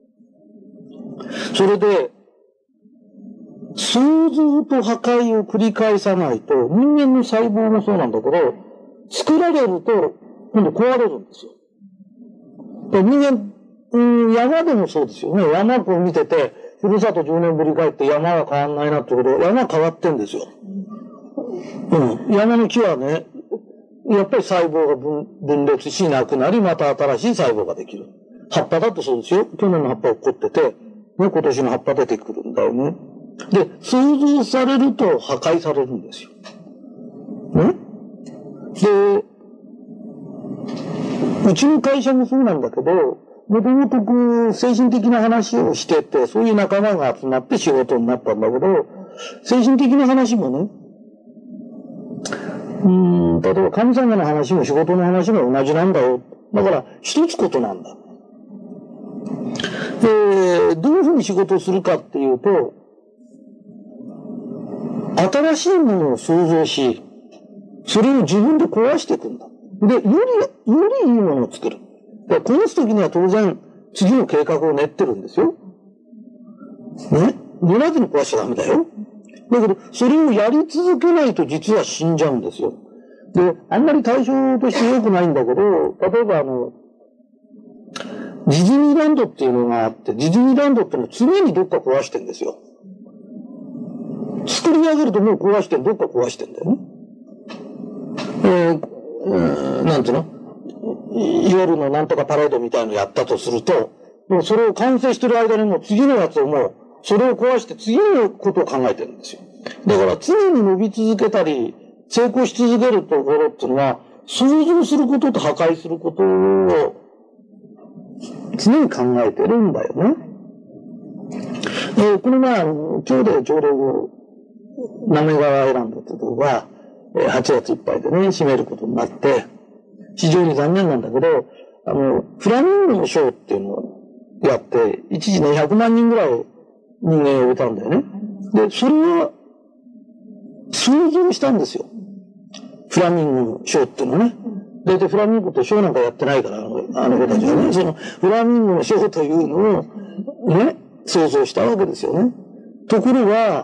それで、創造と破壊を繰り返さないと、人間の細胞もそうなんだけど、作られると、今度壊れるんですよ。で人間、山でもそうですよね。山を見てて、ふるさと10年ぶり帰って山は変わんないなってこと、山変わってんですよ。山の木はね、やっぱり細胞が分裂しなくなり、また新しい細胞ができる。葉っぱだってそうですよ。去年の葉っぱ落っこってて、ね、今年の葉っぱ出てくるんだよね。で、創造されると破壊されるんですよ。ね？で、うちの会社もそうなんだけど、もともと精神的な話をしてて、そういう仲間が集まって仕事になったんだけど、精神的な話もね、例えば神様の話も仕事の話も同じなんだよ。だから一つことなんだ。で、どういうふうに仕事をするかっていうと、新しいものを創造し、それを自分で壊していくんだ。で、よりいいものを作る。で、壊すときには当然、次の計画を練ってるんですよ。ね？練らずに壊しちゃダメだよ。だけど、それをやり続けないと実は死んじゃうんですよ。で、あんまり対象として良くないんだけど、例えばディズニーランドっていうのがあって、ディズニーランドってのは常にどっか壊してんですよ。作り上げるともう壊してどっか壊してんだよね。なんていうの？夜のなんとかパレードみたいのやったとすると、もうそれを完成してる間にもう次のやつをもう、それを壊して次のことを考えてるんですよ。だから常に伸び続けたり、成功し続けるところっていうのは、創造することと破壊することを常に考えてるんだよね。この前、今日でちょうど、滑川アイランドってとこが、8月いっぱいでね、閉めることになって、非常に残念なんだけど、フラミンゴのショーっていうのをやって、一時ね、100万人ぐらい人間を呼べたんだよね。で、それは、想像したんですよ。フラミンゴのショーっていうのはね。 大体フラミンゴとショーなんかやってないから、あの子たちはね、そのフラミンゴのショーというのをね、想像したわけですよね。ところが、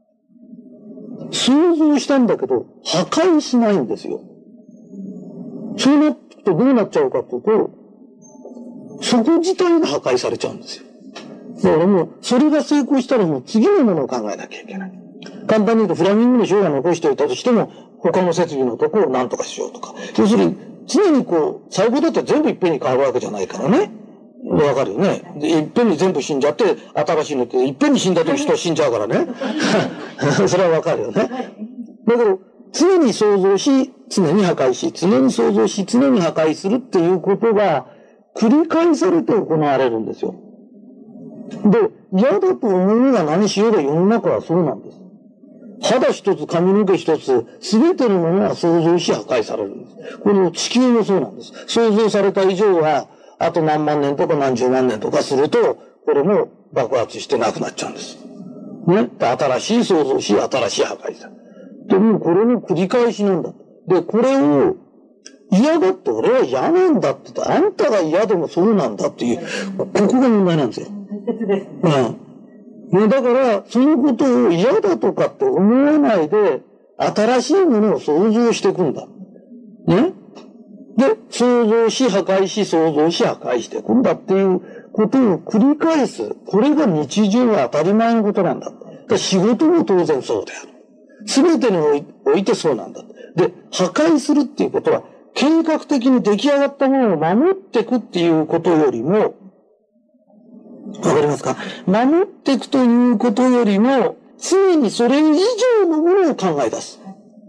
想像したんだけど、破壊しないんですよ。そうなってくとどうなっちゃうかというと、そこ自体が破壊されちゃうんですよ。だからもう、それが成功したらもう次のものを考えなきゃいけない。簡単に言うと、フラミンゴのショーが残しておいたとしても、他の設備のところを何とかしようとか。要するに、常にこう、細胞だって全部いっぺんに変わるわけじゃないからね。わかるよね。いっぺんに全部死んじゃって、新しいのって、いっぺんに死んだ時人死んじゃうからね。それはわかるよね。だけど、常に創造し、常に破壊し、常に創造し、常に破壊するっていうことが、繰り返されて行われるんですよ。で、嫌だと思うのが何しようが世の中はそうなんです。肌一つ、髪の毛一つ、すべてのものが創造し破壊されるんです。この地球もそうなんです。創造された以上は、あと何万年とか何十万年とかすると、これも爆発してなくなっちゃうんです。ね。新しい創造し、新しい破壊される。でもこれの繰り返しなんだ。で、これを嫌だって俺は嫌なんだって言ったら、あんたが嫌でもそうなんだっていう、ここが問題なんですよ。 大切です。 うん。だから、そのことを嫌だとかって思わないで、新しいものを想像していくんだ。ね。で、想像し、破壊し、想像し、破壊していくんだっていうことを繰り返す。これが日常は当たり前のことなんだ。仕事も当然そうである。すべてにおいてそうなんだ。で、破壊するっていうことは、計画的に出来上がったものを守っていくっていうことよりも、わかりますか？守っていくということよりも、常にそれ以上のものを考え出す。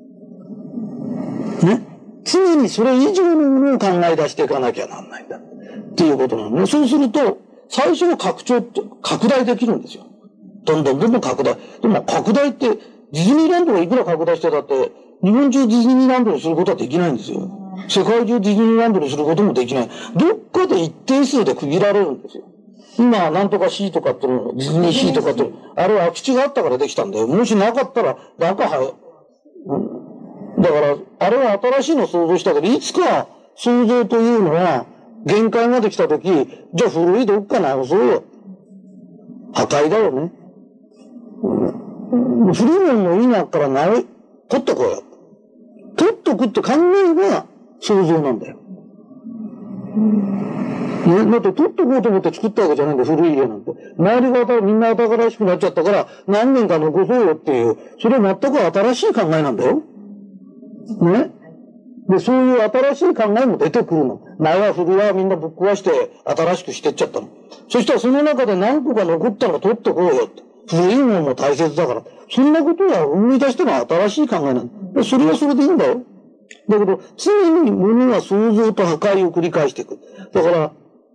ね。常にそれ以上のものを考え出していかなきゃなんないんだ。っていうことなのね。そうすると、最初は拡大できるんですよ。どんどん拡大。でも拡大って、ディズニーランドがいくら拡大してたって、日本中ディズニーランドにすることはできないんですよ。世界中ディズニーランドにすることもできない。どっかで一定数で区切られるんですよ。今、なんとかシーとかっていうの、ディズニーシーとかって、あれは空き地があったからできたんだよ。もしなかったら、だから、あれは新しいのを想像したけど、いつか想像というのは、限界まで来たとき、じゃあ古いどっか直そうよ。破壊だよね。古いもののいいなから取っとこうよ。取っとくって考えが想像なんだよ。ね、だって取っとこうと思って作ったわけじゃないんだよ、古い家なんて。周りがみんな新しくなっちゃったから、何年か残そうよっていう、それは全く新しい考えなんだよ。ね。で、そういう新しい考えも出てくるの。前は古いはみんなぶっ壊して新しくしてっちゃったの。そしたらその中で何個か残ったの取っとこうよって。古いものも大切だから。そんなことは生み出したのは新しい考えなんだ。それはそれでいいんだよ。だけど、常に物は創造と破壊を繰り返していく。だから、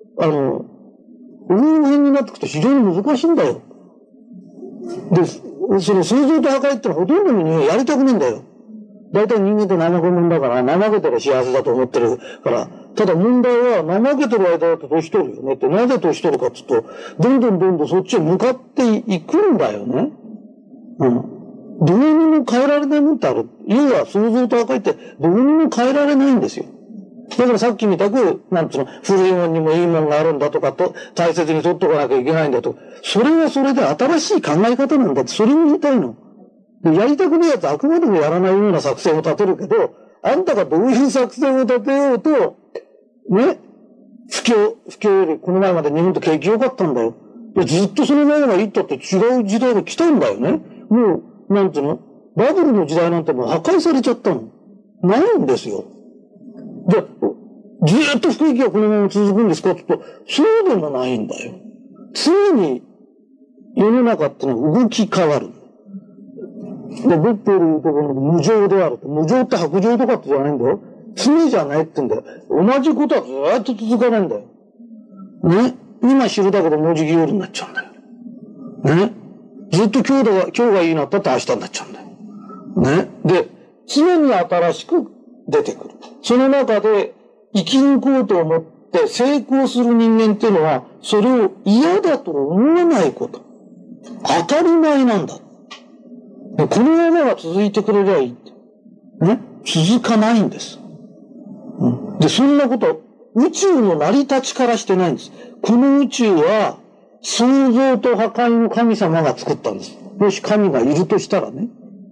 人間になっていくと非常に難しいんだよ。で、その創造と破壊ってのはほとんどの人間やりたくないんだよ。大体人間って怠け者だから、怠けたら幸せだと思ってるから、ただ問題は怠けてる間だと年取るよねって、なぜ年取るかって言うと、どんどんそっちへ向かっていくんだよね。うん。どうにも変えられないもんってある。要は創造と破壊ってどうにも変えられないんですよ。だからさっきみたく、なんつうの、古いもんにもいいもんがあるんだとかと、大切に取っとかなきゃいけないんだと。それはそれで新しい考え方なんだって、それを言いたいの。やりたくないやつはあくまでもやらないような作戦を立てるけど、あんたがどういう作戦を立てようと、ね、不況よりこの前まで日本って景気良かったんだよ。ずっとそのままがいいったって違う時代が来たんだよね。もう、なんていうの？バブルの時代なんてもう破壊されちゃったの。ないんですよ。で、ずっと不景気がこのまま続くんですかって言うと、そうでもないんだよ。常に世の中ってのは動き変わる。で、仏教でいうところの無常であると。無常って白常とかってじゃないんだよ。常じゃないって言うんだよ。同じことはずっと続かないんだよ。ね。今知るだけで文字行儀になっちゃうんだよ。ね。ずっと今日がいいなったって明日になっちゃうんだよ。ね。で、常に新しく出てくる。その中で生き抜こうと思って成功する人間っていうのは、それを嫌だと思わないこと。当たり前なんだ。このままが続いてくれりゃいいって。ね。続かないんです。うん。 で、そんなこと、宇宙の成り立ちからしてないんです。この宇宙は、創造と破壊の神様が作ったんです。もし神がいるとしたらね。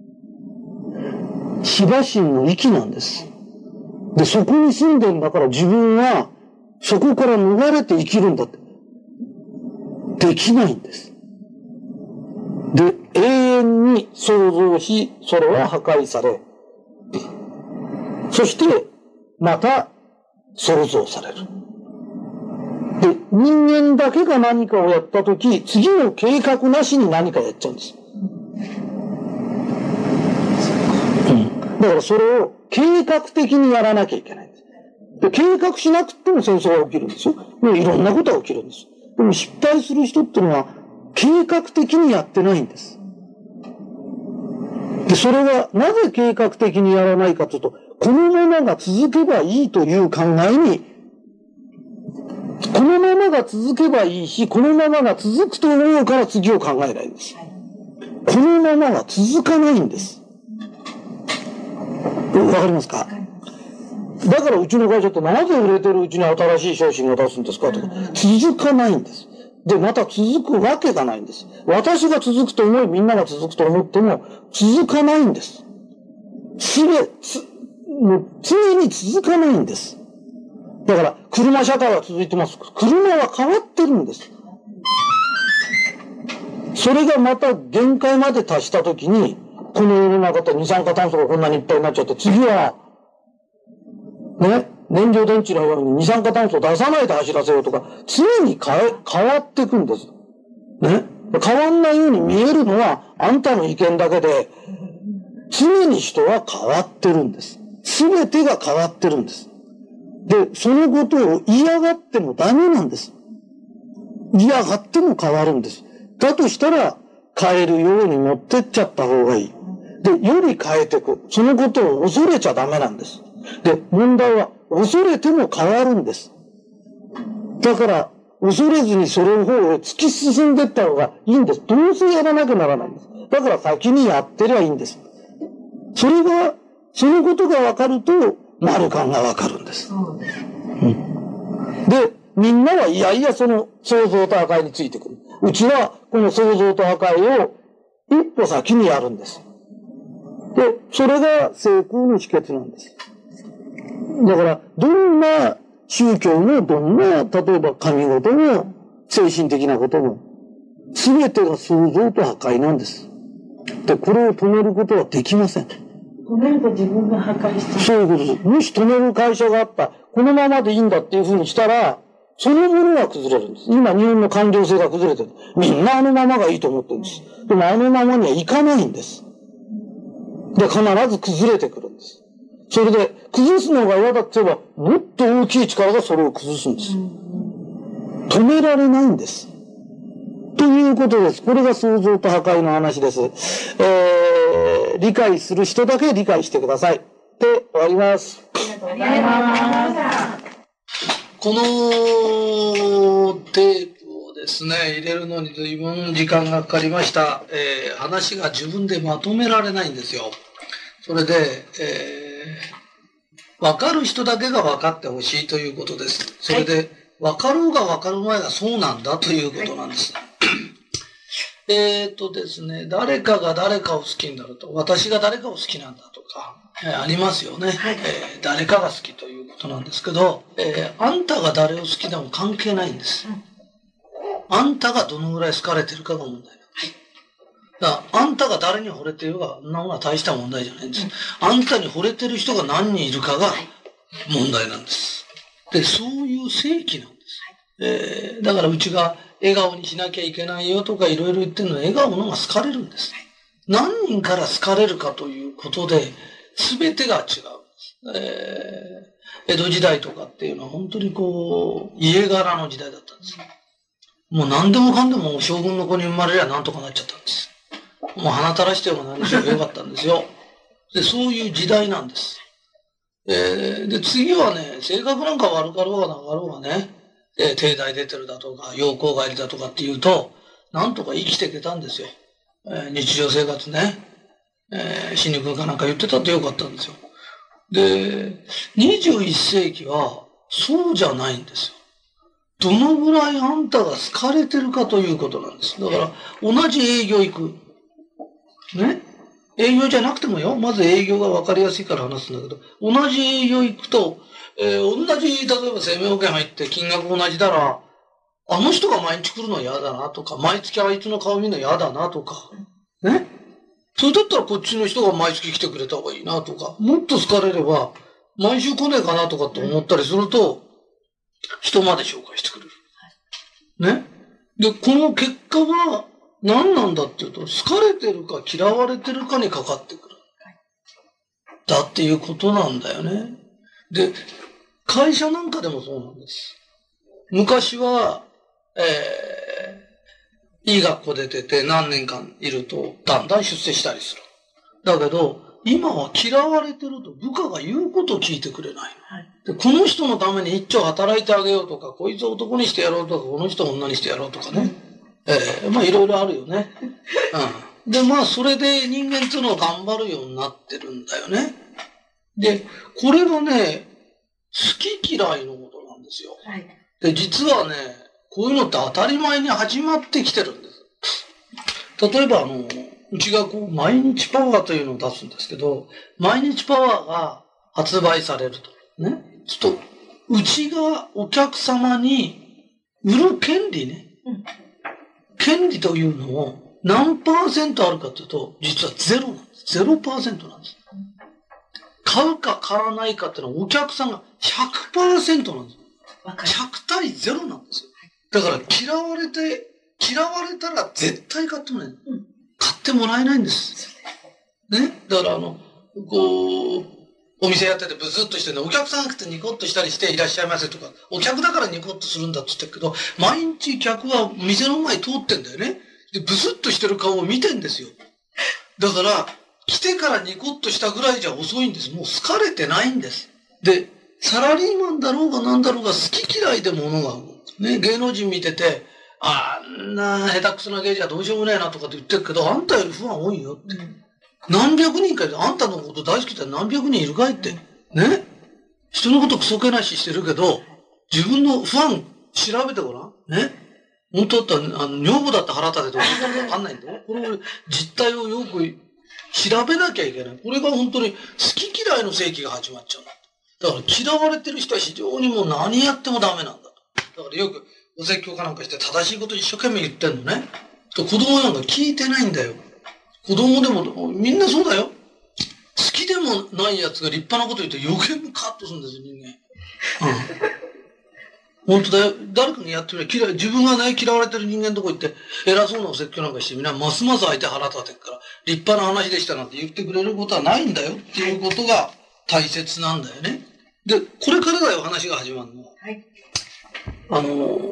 シバ神の域なんです。で、そこに住んでんだから自分は、そこから逃れて生きるんだって。できないんです。で、永遠に創造し、それは破壊され、そして、また、創造される。で、人間だけが何かをやったとき、次の計画なしに何かやっちゃうんです。だからそれを計画的にやらなきゃいけないんです。で、計画しなくても戦争が起きるんですよ。もういろんなことが起きるんです。でも失敗する人っていうのは、計画的にやってないんです。で、それはなぜ計画的にやらないかというと、このままが続けばいいという考えに、このままが続けばいいし、このままが続くと思うから次を考えないんです。このままが続かないんです。わかりますか？だからうちの会社ってなぜ売れてるうちに新しい商品を出すんですかとか、続かないんです。で、また続くわけがないんです。私が続くと思い、みんなが続くと思っても、続かないんです。もう常に続かないんです。だから、車社会は続いてます。車は変わってるんです。それがまた限界まで達したときに、この世の中って二酸化炭素がこんなにいっぱいになっちゃって、次は、ね、燃料電池のように二酸化炭素を出さないで走らせようとか、常に変わっていくんです。ね。変わんないように見えるのはあんたの意見だけで、常に人は変わってるんです。すべてが変わってるんです。で、そのことを嫌がってもダメなんです。嫌がっても変わるんです。だとしたら、変えるように持ってっちゃった方がいい。で、より変えていく。そのことを恐れちゃダメなんです。で、問題は、恐れても変わるんです。だから、恐れずにそれの方へ突き進んでいった方がいいんです。どうせやらなきゃならないんです。だから先にやってりゃいいんです。それが、そのことが分かると、丸感が分かるんです。で、みんなはいやいやその創造と破壊についてくる。うちはこの創造と破壊を一歩先にやるんです。で、それが成功の秘訣なんです。だから、どんな宗教も、どんな、例えば神事も、精神的なことも、すべてが創造と破壊なんです。で、これを止めることはできません。 止めると自分が破壊してそういうことです。もし止める会社があった、このままでいいんだっていうふうにしたら、そのものが崩れるんです。今、日本の官僚性が崩れてる。みんなあのままがいいと思ってるんです。でもあのままにはいかないんです。で、必ず崩れてくるんです。それで、崩すのが嫌だって言えば、もっと大きい力がそれを崩すんです。止められないんです。ということです。これが創造と破壊の話です。理解する人だけ理解してください。で、終わります。 ありがとうございます。 このテープをですね、入れるのに随分時間がかかりました。話が自分でまとめられないんですよ。それで、分かる人だけが分かってほしいということです。それで、分かろうが分かる前がそうなんだということなんです。ですね、誰かが誰かを好きになると、私が誰かを好きなんだとか、ありますよね、誰かが好きということなんですけど、あんたが誰を好きでも関係ないんです。あんたがどのぐらい好かれてるかが問題なんです。だからあんたが誰に惚れているか、そんなものは大した問題じゃないんです。あんたに惚れてる人が何人いるかが問題なんです。で、そういう正義なんです。だからうちが笑顔にしなきゃいけないよとかいろいろ言ってるのは笑顔の方が好かれるんです。何人から好かれるかということで全てが違うんです。江戸時代とかっていうのは本当にこう家柄の時代だったんです。もう何でもかんでも将軍の子に生まれりゃなんとかなっちゃったんです。もう鼻垂らしても何しろよかったんですよ。で、そういう時代なんです。で、次はね、性格なんか悪かろうがなかろうがね、帝大出てるだとか、洋行帰りだとかっていうと、なんとか生きていけたんですよ。日常生活ね。死にくいかなんか言ってたってよかったんですよ。 で、21世紀はそうじゃないんですよ。どのぐらいあんたが好かれてるかということなんです。だから、同じ営業行く。ね。営業じゃなくてもよ。まず営業が分かりやすいから話すんだけど、同じ営業行くと、同じ、例えば生命保険入って金額同じだら、あの人が毎日来るの嫌だなとか、毎月あいつの顔見るの嫌だなとか、ね。それだったらこっちの人が毎月来てくれた方がいいなとか、もっと好かれれば、毎週来ねえかなとかって思ったりすると、人まで紹介してくれる。ね。で、この結果は何なんだっていうと、好かれてるか嫌われてるかにかかってくる。だっていうことなんだよね。で、会社なんかでもそうなんです。昔は、いい学校出てて何年間いるとだんだん出世したりする。だけど、今は嫌われてると部下が言うことを聞いてくれないの。で、この人のために一丁働いてあげようとか、こいつを男にしてやろうとか、この人を女にしてやろうとかね。まあいろいろあるよね。うん。で、まあそれで人間っていうのは頑張るようになってるんだよね。で、これがね、好き嫌いのことなんですよ。 はい。 で、実はね、こういうのって当たり前に始まってきてるんです。例えばうちがこう、毎日パワーというのを出すんですけど、毎日パワーが発売されると。ね。ちょっと、うちがお客様に売る権利ね。権利というのを何%あるかというと、実はゼロなんです。0% なんです。買うか買わないかっていうのはお客さんが 100% なんです。100対0なんですよ。だから嫌われたら絶対買ってもらえない。買ってもらえないんです。ね。だからこう、お店やっててブスッとしてね、お客さんが来てニコッとしたりしていらっしゃいませとか、お客だからニコッとするんだって言ってるけど、毎日客は店の前通ってんだよね。で、ブスッとしてる顔を見てんですよ。だから、来てからニコッとしたぐらいじゃ遅いんです。もう好かれてないんです。で、サラリーマンだろうが何だろうが好き嫌いで物が動く。ね、芸能人見てて、あんな下手くそな芸じゃどうしようもないなとかって言ってるけど、あんたよりファン多いよって。何百人かいて、あんたのこと大好きって何百人いるかいって。ね。人のことクソけなししてるけど、自分のファン調べてごらん。ね。本当だったら、女房だって腹立ててわかんないんだよ。これ実態をよく調べなきゃいけない。これが本当に好き嫌いの世紀が始まっちゃうんだ。だから嫌われてる人は非常にもう何やってもダメなんだと。だからよくお説教かなんかして正しいこと一生懸命言ってんのね。と子供なんか聞いてないんだよ。子供でもみんなそうだよ。好きでもない奴が立派なこと言って余計にカッとするんですよ、人間。本当だよ。誰かにやってみれば自分がね、嫌われてる人間のとこ行って、偉そうなお説教なんかしてみんな、ますます相手腹立てるから、立派な話でしたなんて言ってくれることはないんだよっていうことが大切なんだよね。で、これからだよ、話が始まるのは。はい。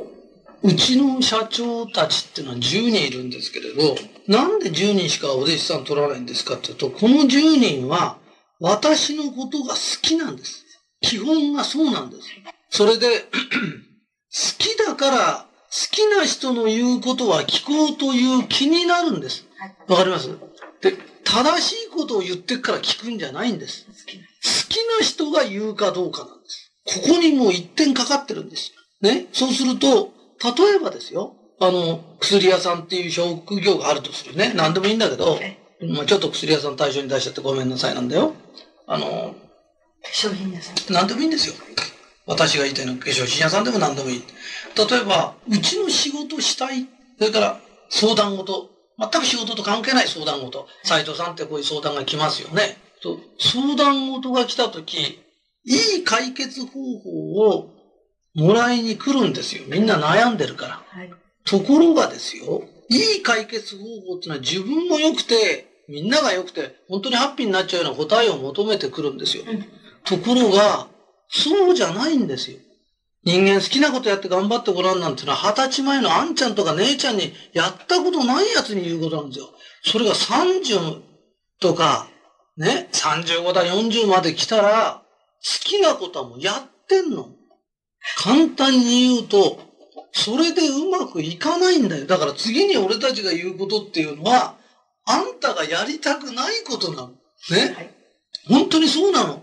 うちの社長たちっていうのは10人いるんですけれど、なんで10人しかお弟子さん取らないんですかっていうと、この10人は私のことが好きなんです。基本がそうなんです。それで、好きだから、好きな人の言うことは聞こうという気になるんです。わかります？で、正しいことを言ってから聞くんじゃないんです。好きな人が言うかどうかなんです。ここにもう一点かかってるんですよ。ね。そうすると、例えばですよ。薬屋さんっていう職業があるとするね。何でもいいんだけど、まあちょっと薬屋さん対象に出しちゃってごめんなさいなんだよ。 商品屋さん。 何でもいいんですよ。私が言いたいのは化粧品屋さんでも何でもいい。例えば、うちの仕事したい。それから相談事。全く仕事と関係ない相談事。斉藤さんってこういう相談が来ますよね。相談事が来たとき、いい解決方法をもらいに来るんですよ。みんな悩んでるから。はい、ところがですよ、いい解決方法ってのは自分も良くて、みんなが良くて、本当にハッピーになっちゃうような答えを求めてくるんですよ。ところが、そうじゃないんですよ。人間好きなことやって頑張ってごらんなんていうのは20歳前のあんちゃんとか姉ちゃんにやったことないやつに言うことなんですよ。それが30とか、ね、35だ40まで来たら、好きなことはもうやってんの。簡単に言うと、それでうまくいかないんだよ。だから次に俺たちが言うことっていうのは、あんたがやりたくないことなの。ね。はい、本当にそうなの。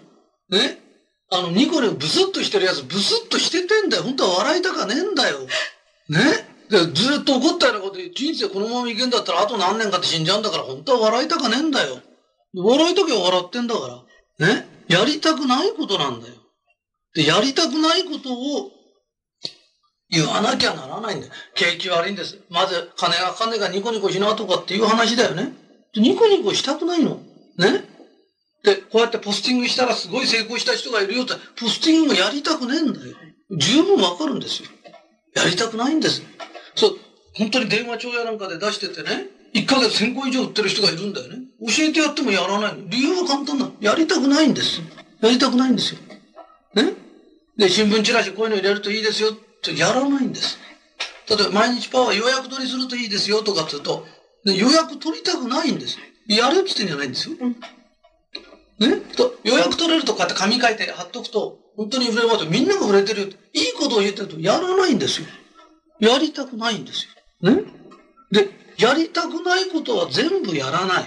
ね。ニコニコブスッとしてるやつ、ブスッとしててんだよ。本当は笑いたかねえんだよ。ね。で、ずっと怒ったようなことで、人生このままいけんだったら、あと何年かって死んじゃうんだから、本当は笑いたかねえんだよ。笑いたきゃ笑ってんだから。ね。やりたくないことなんだよ。で、やりたくないことを言わなきゃならないんだよ。景気悪いんです。まず、金がかかんねえからニコニコしなとかっていう話だよね。ニコニコしたくないの。ね。で、こうやってポスティングしたらすごい成功した人がいるよって、ポスティングもやりたくねえんだよ。十分わかるんですよ。やりたくないんです。そう、本当に電話帳やなんかで出しててね、1ヶ月1000個以上売ってる人がいるんだよね。教えてやってもやらないの。理由は簡単なの。やりたくないんです。やりたくないんですよ。ね。で、新聞チラシこういうの入れるといいですよってやらないんです。例えば毎日パワー予約取りするといいですよとかって言うと、予約取りたくないんです。やれって言ってんじゃないんですよ。ね。と予約取れるとかって紙書いて貼っとくと、本当に売れるまでみんなが売れてるよ。いいことを言ってるとやらないんですよ。やりたくないんですよ。ね。で、やりたくないことは全部やらない。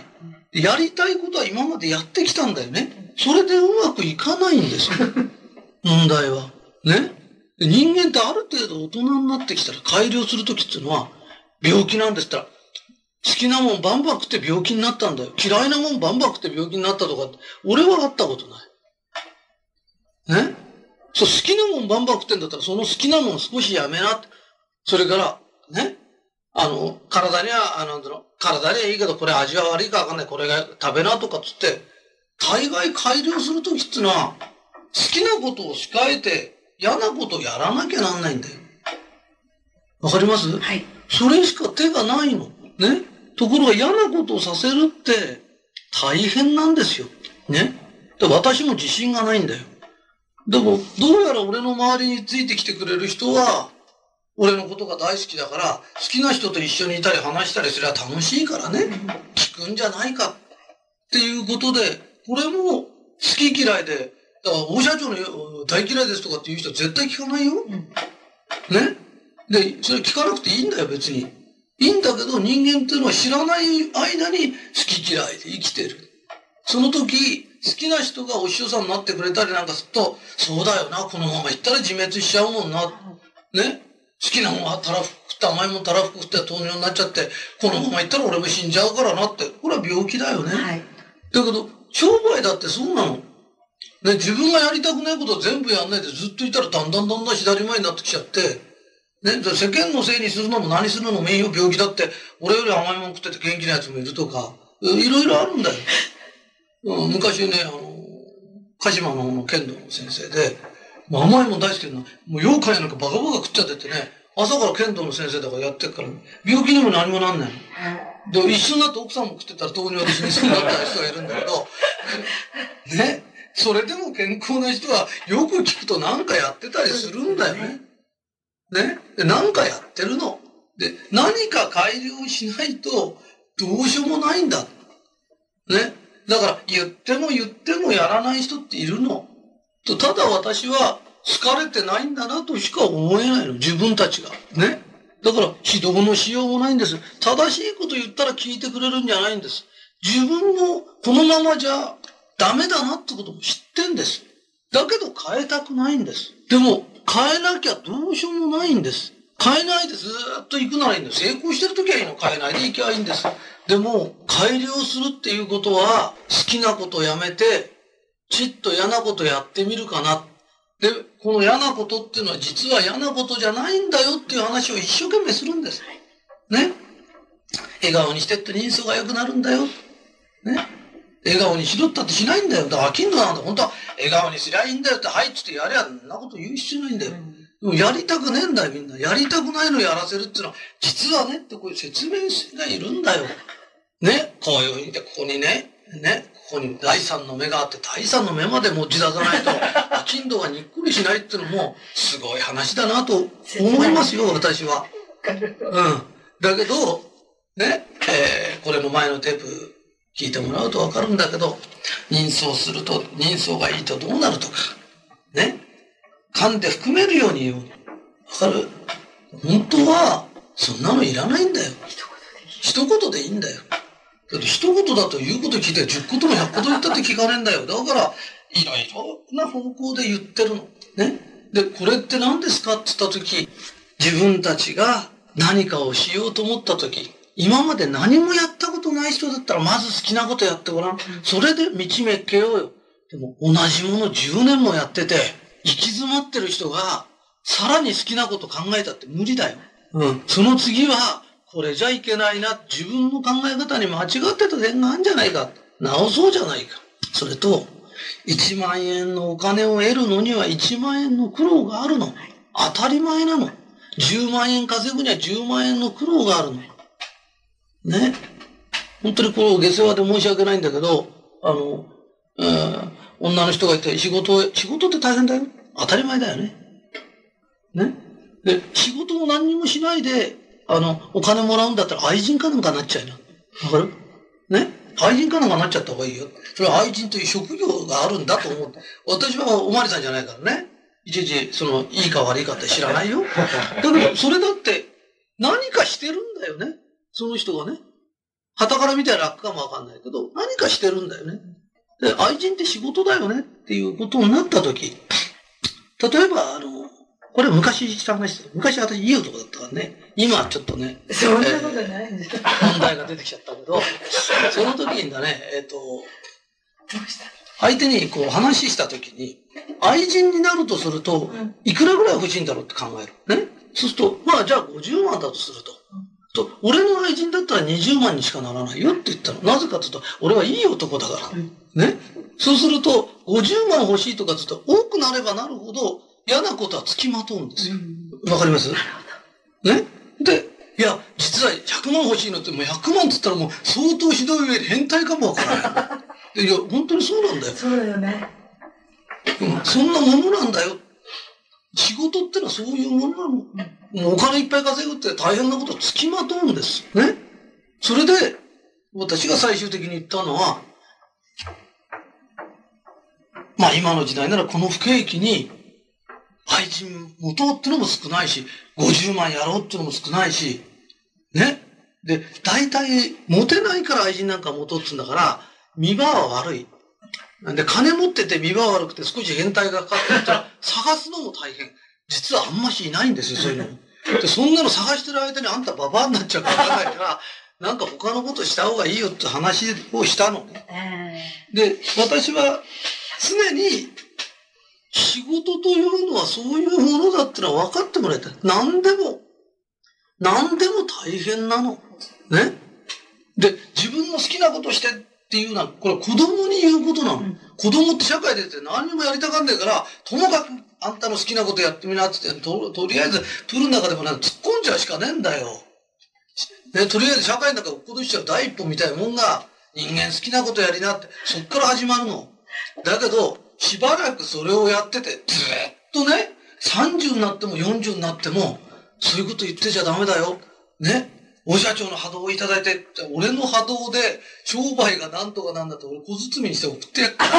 やりたいことは今までやってきたんだよね。それでうまくいかないんですよ。問題は。ね。人間ってある程度大人になってきたら改良するときっていうのは病気なんですって言ったら、好きなもんバンバン食って病気になったんだよ。嫌いなもんバンバン食って病気になったとかって、俺は会ったことない。ね。そう、好きなもんバンバン食ってんだったら、その好きなもん少しやめなって。それから、ね。体にはいいけど、これ味は悪いかわかんない。これが食べなとかつって、大概改良するときっていうのは、好きなことを控えて、嫌なことをやらなきゃなんないんだよ。わかります？はい。それしか手がないの。ね。ところが嫌なことをさせるって大変なんですよ。ね。で、私も自信がないんだよ。でも、どうやら俺の周りについてきてくれる人は、俺のことが大好きだから、好きな人と一緒にいたり話したりすれば楽しいからね、聞くんじゃないかっていうことで、これも好き嫌いで、だから大社長の大嫌いですとかっていう人は絶対聞かないよ。ね。で、それ聞かなくていいんだよ、別に。いいんだけど、人間っていうのは知らない間に好き嫌いで生きてる。その時、好きな人がお師匠さんになってくれたりなんかすると、そうだよな、このまま行ったら自滅しちゃうもんな。ね。好きなもんはたらふく食って甘いもんたらふく食って糖尿になっちゃって、このまま行ったら俺も死んじゃうからなって。これは病気だよね。はい。だけど、商売だってそうなの。ね、自分がやりたくないことを全部やんないでずっといたらだんだん左前になってきちゃって、ね、世間のせいにするのも何するのもいいよ、病気だって、俺より甘いもん食ってて元気なやつもいるとか、いろいろあるんだよ。昔ね、鹿島の剣道の先生で、もう甘いもん大好きなの。もう妖怪なんかバカバカ食っちゃっててね、朝から剣道の先生だからやってるから、病気にも何もなんないの。で、一緒になって奥さんも食ってたら糖尿で死にそうになった人がいるんだけど、ね、それでも健康な人はよく聞くとなんかやってたりするんだよね。ね。で、なんかやってるの。で、何か改良しないとどうしようもないんだ。ね。だから言ってもやらない人っているの。ただ私は好かれてないんだなとしか思えないの。自分たちが。ね。だから指導のしようもないんです。正しいこと言ったら聞いてくれるんじゃないんです。自分もこのままじゃダメだなってことも知ってんです。だけど変えたくないんです。でも変えなきゃどうしようもないんです。変えないでずーっと行くならいいんです。成功してるときはいいの。変えないで行けばいいんです。でも改良するっていうことは好きなことをやめてちっと嫌なことやってみるかな。で、この嫌なことっていうのは実は嫌なことじゃないんだよっていう話を一生懸命するんです。ね。笑顔にしてって人相が良くなるんだよ。ね。笑顔にしろったってしないんだよ。だから飽きんのなんだ。本当は笑顔にすりゃいいんだよって、はいっつってやりゃ、んなこと言う必要ないんだよ。でもやりたくねえんだよ、みんな。やりたくないのやらせるっていうのは、実はねってこういう説明がいるんだよ。ね。こういうふうにで、ここにね、ここに第三の目があって、第三の目まで持ち出さないと、飽きん度がにっくりしないっていうのも、すごい話だなと思いますよ、私は。だけど、ね、これの前のテープ、聞いてもらうとわかるんだけど、人相すると、人相がいいとどうなるとか、ね。噛んで含めるように言う。わかる？本当は、そんなのいらないんだよ。一言でいいんだよ。だって一言だと言うこと聞いて10言も100言言ったって聞かねえんだよ。だから、 いろいろな方向で言ってるの。ね。で、これって何ですかって言ったとき、自分たちが何かをしようと思ったとき、今まで何もやったことない人だったら、まず好きなことやってごらん。それで道めっけようよ。でも、同じもの10年もやってて、行き詰まってる人が、さらに好きなこと考えたって無理だよ。その次は、これじゃいけないな。自分の考え方に間違ってた点があるんじゃないか。直そうじゃないか。それと、1万円のお金を得るのには1万円の苦労があるの。当たり前なの。10万円稼ぐには10万円の苦労があるの。ね。本当にこれ下世話で申し訳ないんだけど、女の人がいて仕事って大変だよ。当たり前だよね。ね。で、仕事も何にもしないで、お金もらうんだったら愛人かなんかなっちゃいな。わかる？ね。愛人かなんかなっちゃった方がいいよ。それは愛人という職業があるんだと思って。私はおまわりさんじゃないからね。いちいち、いいか悪いかって知らないよ。だけど、それだって何かしてるんだよね。その人がね。傍から見たら楽かもわかんないけど、何かしてるんだよね。で、愛人って仕事だよねっていうことになったとき、例えば、これ昔した話です。昔私いい男だったからね。今ちょっとね。 そんなことないんですか。 問題が出てきちゃったけど、その時にだね、 どうした？ 相手にこう話した時に、愛人になるとすると、いくらぐらい欲しいんだろうって考える。ね。そうすると、まあじゃあ50万だとすると。俺の愛人だったら20万にしかならないよって言ったの。なぜかというと、俺はいい男だから。ね。そうすると、50万欲しいとかって言うと、多くなればなるほど嫌なことはつきまとうんですよ。わかります？ね。で、いや、実は100万欲しいのって、もう100万って言ったらもう相当ひどい上で変態かもわからない。いや、本当にそうなんだよ。 そうだよね。 そんなものなんだよ。仕事ってのはそういうものなの。もうお金いっぱい稼ぐって大変なことつきまとうんです。ね。それで、私が最終的に言ったのは、まあ今の時代ならこの不景気に、愛人持とうってのも少ないし、50万やろうってのも少ないし、ね。で、大体、持てないから愛人なんか持とうって言うんだから、見場は悪い。で、金持ってて見場悪くて少し変態がかかってったら、探すのも大変。実はあんましいないんですよ、そういうの。で、そんなの探してる間にあんたババアになっちゃうかわかんないから、なんか他のことした方がいいよって話をしたのね。で、私は常に仕事というのはそういうものだってのは分かってもらいたい。何でも大変なの。ね。で、自分の好きなことしてっていうのは、これ子供に言うことなの。子供って社会出て何にもやりたがんないから、ともかくあんたの好きなことやってみなって言って、とりあえずプールの中でも突っ込んじゃうしかねえんだよ。ね、とりあえず社会の中を落っこしちゃう第一歩みたいなもんが、人間好きなことやりなって、そっから始まるの。だけど、しばらくそれをやってて、ずっとね、30になっても40になっても、そういうこと言ってちゃダメだよ。ね。お社長の波動をいただいて、俺の波動で商売がなんとかなんだと俺小包みにして送ってやっから、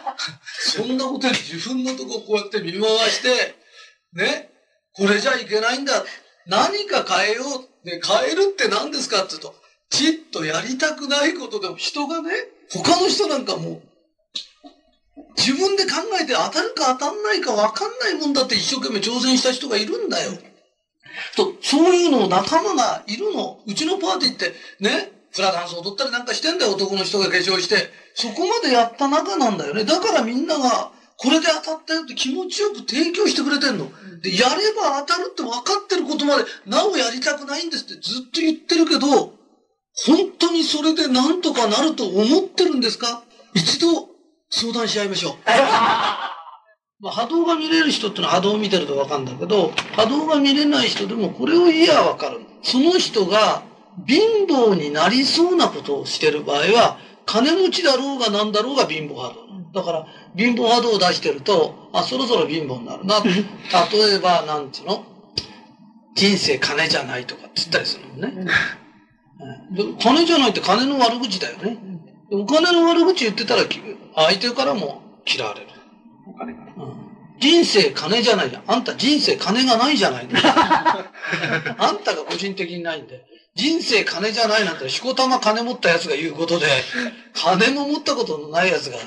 そんなことに自分のとここうやって見回して、ね。これじゃいけないんだ。何か変えよう。で、変えるって何ですかって言うと、ちっとやりたくないことでも人がね、他の人なんかもう、自分で考えて当たるか当たんないか分かんないもんだって一生懸命挑戦した人がいるんだよ。そういうの仲間がいるの。うちのパーティーってね、フラダンス踊ったりなんかしてんだよ。男の人が化粧して。そこまでやった仲なんだよね。だからみんなが、これで当たったよって気持ちよく提供してくれてんの。で、やれば当たるって分かってることまで、なおやりたくないんですってずっと言ってるけど、本当にそれでなんとかなると思ってるんですか？一度相談し合いましょう。まあ、波動が見れる人ってのは波動を見てると分かるんだけど、波動が見れない人でもこれを言えば分かる。その人が貧乏になりそうなことをしてる場合は、金持ちだろうが何だろうが貧乏波動。だから、貧乏波動を出してると、あ、そろそろ貧乏になるな。例えば、なんていうの？人生金じゃないとかって言ったりするのね。金じゃないって金の悪口だよね。お金の悪口言ってたら、相手からも嫌われる。お金が。人生金じゃないじゃん。あんた人生金がないじゃないの。あんたが個人的にないんで。人生金じゃないなんて、しこたま金持った奴が言うことで、金も持ったことのない奴がね、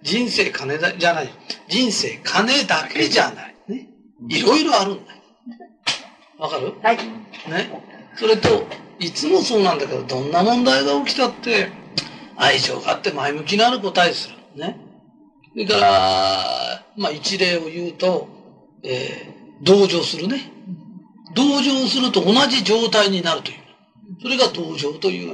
人生金だ、じゃない。人生金だけじゃない。ね。いろいろあるんだよ。わかる？ はい。 ね。それと、いつもそうなんだけど、どんな問題が起きたって、愛情があって前向きなる答えする。ね。それから、まあ一例を言うと、同情するね。同情すると同じ状態になるという。それが同情という。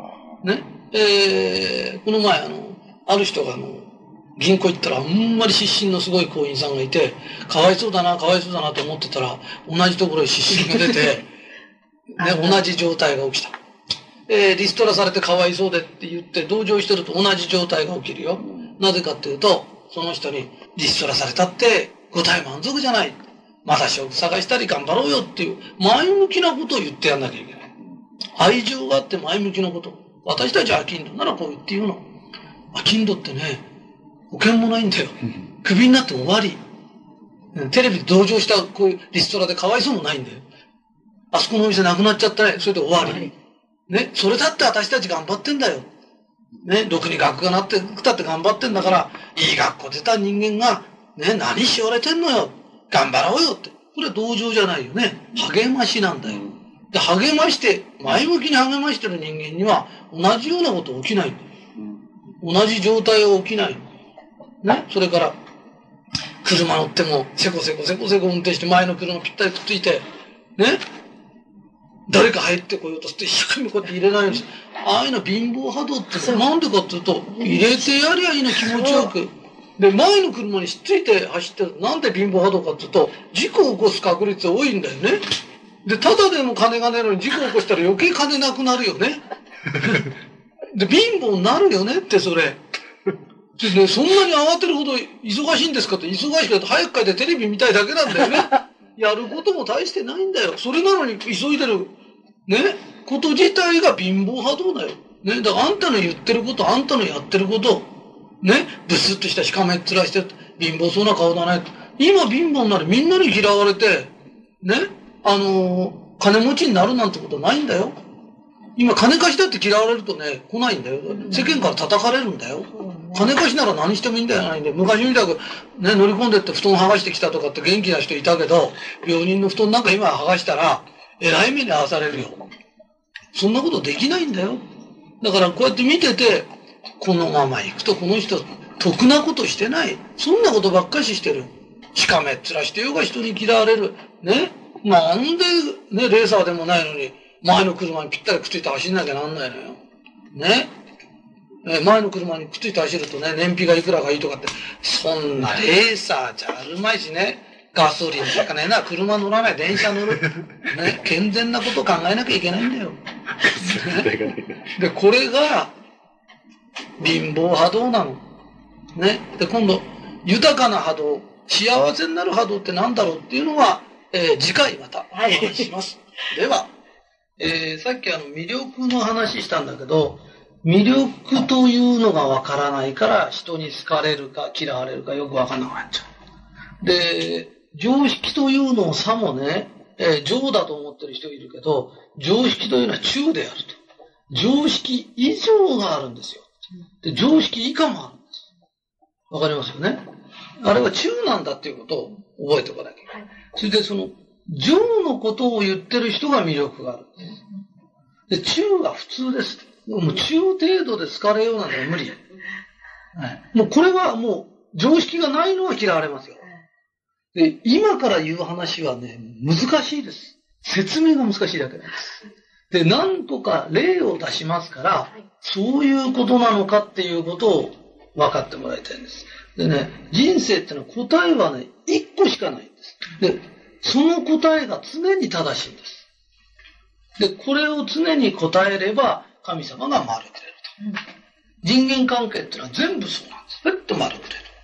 ね。この前ある人が銀行行ったらあんまり失神のすごい行員さんがいて、かわいそうだなと思ってたら、同じところに失神が出て、ね、同じ状態が起きた。リストラされてかわいそうでって言って同情してると同じ状態が起きるよ。なぜかっていうと、その人にリストラされたって答え満足じゃない。また職探したり頑張ろうよっていう前向きなことを言ってやんなきゃいけない。愛情があって前向きなこと。私たちはアキンドならこう言って言うの。アキンドってね、保険もないんだよ。クビになっても終わり。テレビで同情したこういうリストラでかわいそうもないんだよ。あそこのお店なくなっちゃったね。それで終わり。ね、それだって私たち頑張ってんだよ。ね、ろくに学がなってきたって頑張ってんだから、いい学校出た人間が、ね、何しおれてんのよ。頑張ろうよって。これは同情じゃないよね。励ましなんだよ。で、励まして、前向きに励ましてる人間には、同じようなこと起きない。同じ状態は起きない。ね、それから、車乗っても、せこせこ運転して前の車ぴったりくっついて、ね、誰か入ってこようとして、一生懸命こうやって入れないようにして、ああいうの貧乏波動ってなんでかっていうと、入れてやりゃいいの気持ちよく。で、前の車にしっついて走ってる。なんで貧乏波動かっていうと、事故を起こす確率多いんだよね。で、ただでも金がねえのに事故を起こしたら余計金なくなるよね。で、貧乏になるよねってそれ。でね、そんなに慌てるほど忙しいんですかって、忙しくて早く帰ってテレビ見たいだけなんだよね。やることも大してないんだよ。それなのに急いでる、ね、こと自体が貧乏波動だよ。ね、だからあんたの言ってること、あんたのやってること、ね、ブスッとしたしかめっ面して、貧乏そうな顔だね。今貧乏になる、みんなに嫌われて、ね、金持ちになるなんてことないんだよ。今金貸しだって嫌われるとね、来ないんだよ。世間から叩かれるんだよ。金貸しなら何してもいいんだよないんで、昔みたくね、乗り込んでって布団剥がしてきたとかって元気な人いたけど、病人の布団なんか今剥がしたら、えらい目に遭わされるよ。そんなことできないんだよ。だからこうやって見てて、このまま行くとこの人、得なことしてない。そんなことばっかししてる。しかめっ面してようが人に嫌われる。ね。なんで、ね、レーサーでもないのに、前の車にぴったりくっついて走んなきゃなんないのよ。ね。前の車にくっついて走るとね、燃費がいくらがいいとかって、そんなレーサーじゃあるまいしね、ガソリンとかねな、車乗らない、電車乗る。ね、健全なことを考えなきゃいけないんだよ。ね、で、これが、貧乏波動なの。ね。で、今度、豊かな波動、幸せになる波動って何だろうっていうのは、次回またお話しします。では、さっき魅力の話したんだけど、魅力というのがわからないから人に好かれるか嫌われるかよくわかんなくなっちゃう。で、常識というのをさもね、常だと思ってる人いるけど、常識というのは中であると。常識以上があるんですよ。で、常識以下もあるんです。わかりますよね。あれは中なんだっていうことを覚えておかなきゃいけない。それでその、上のことを言ってる人が魅力があるんです。で、中が普通です。もう中程度で好かれようなんて無理。はい。もうこれはもう常識がないのは嫌われますよ。で、今から言う話はね、難しいです。説明が難しいだけなんです。で、何とか例を出しますから、そういうことなのかっていうことを分かってもらいたいんです。でね、人生ってのは答えはね、一個しかないんです。で、その答えが常に正しいんです。で、これを常に答えれば、神様が丸くれると。人間関係ってのは全部そうなんです。ペッと丸く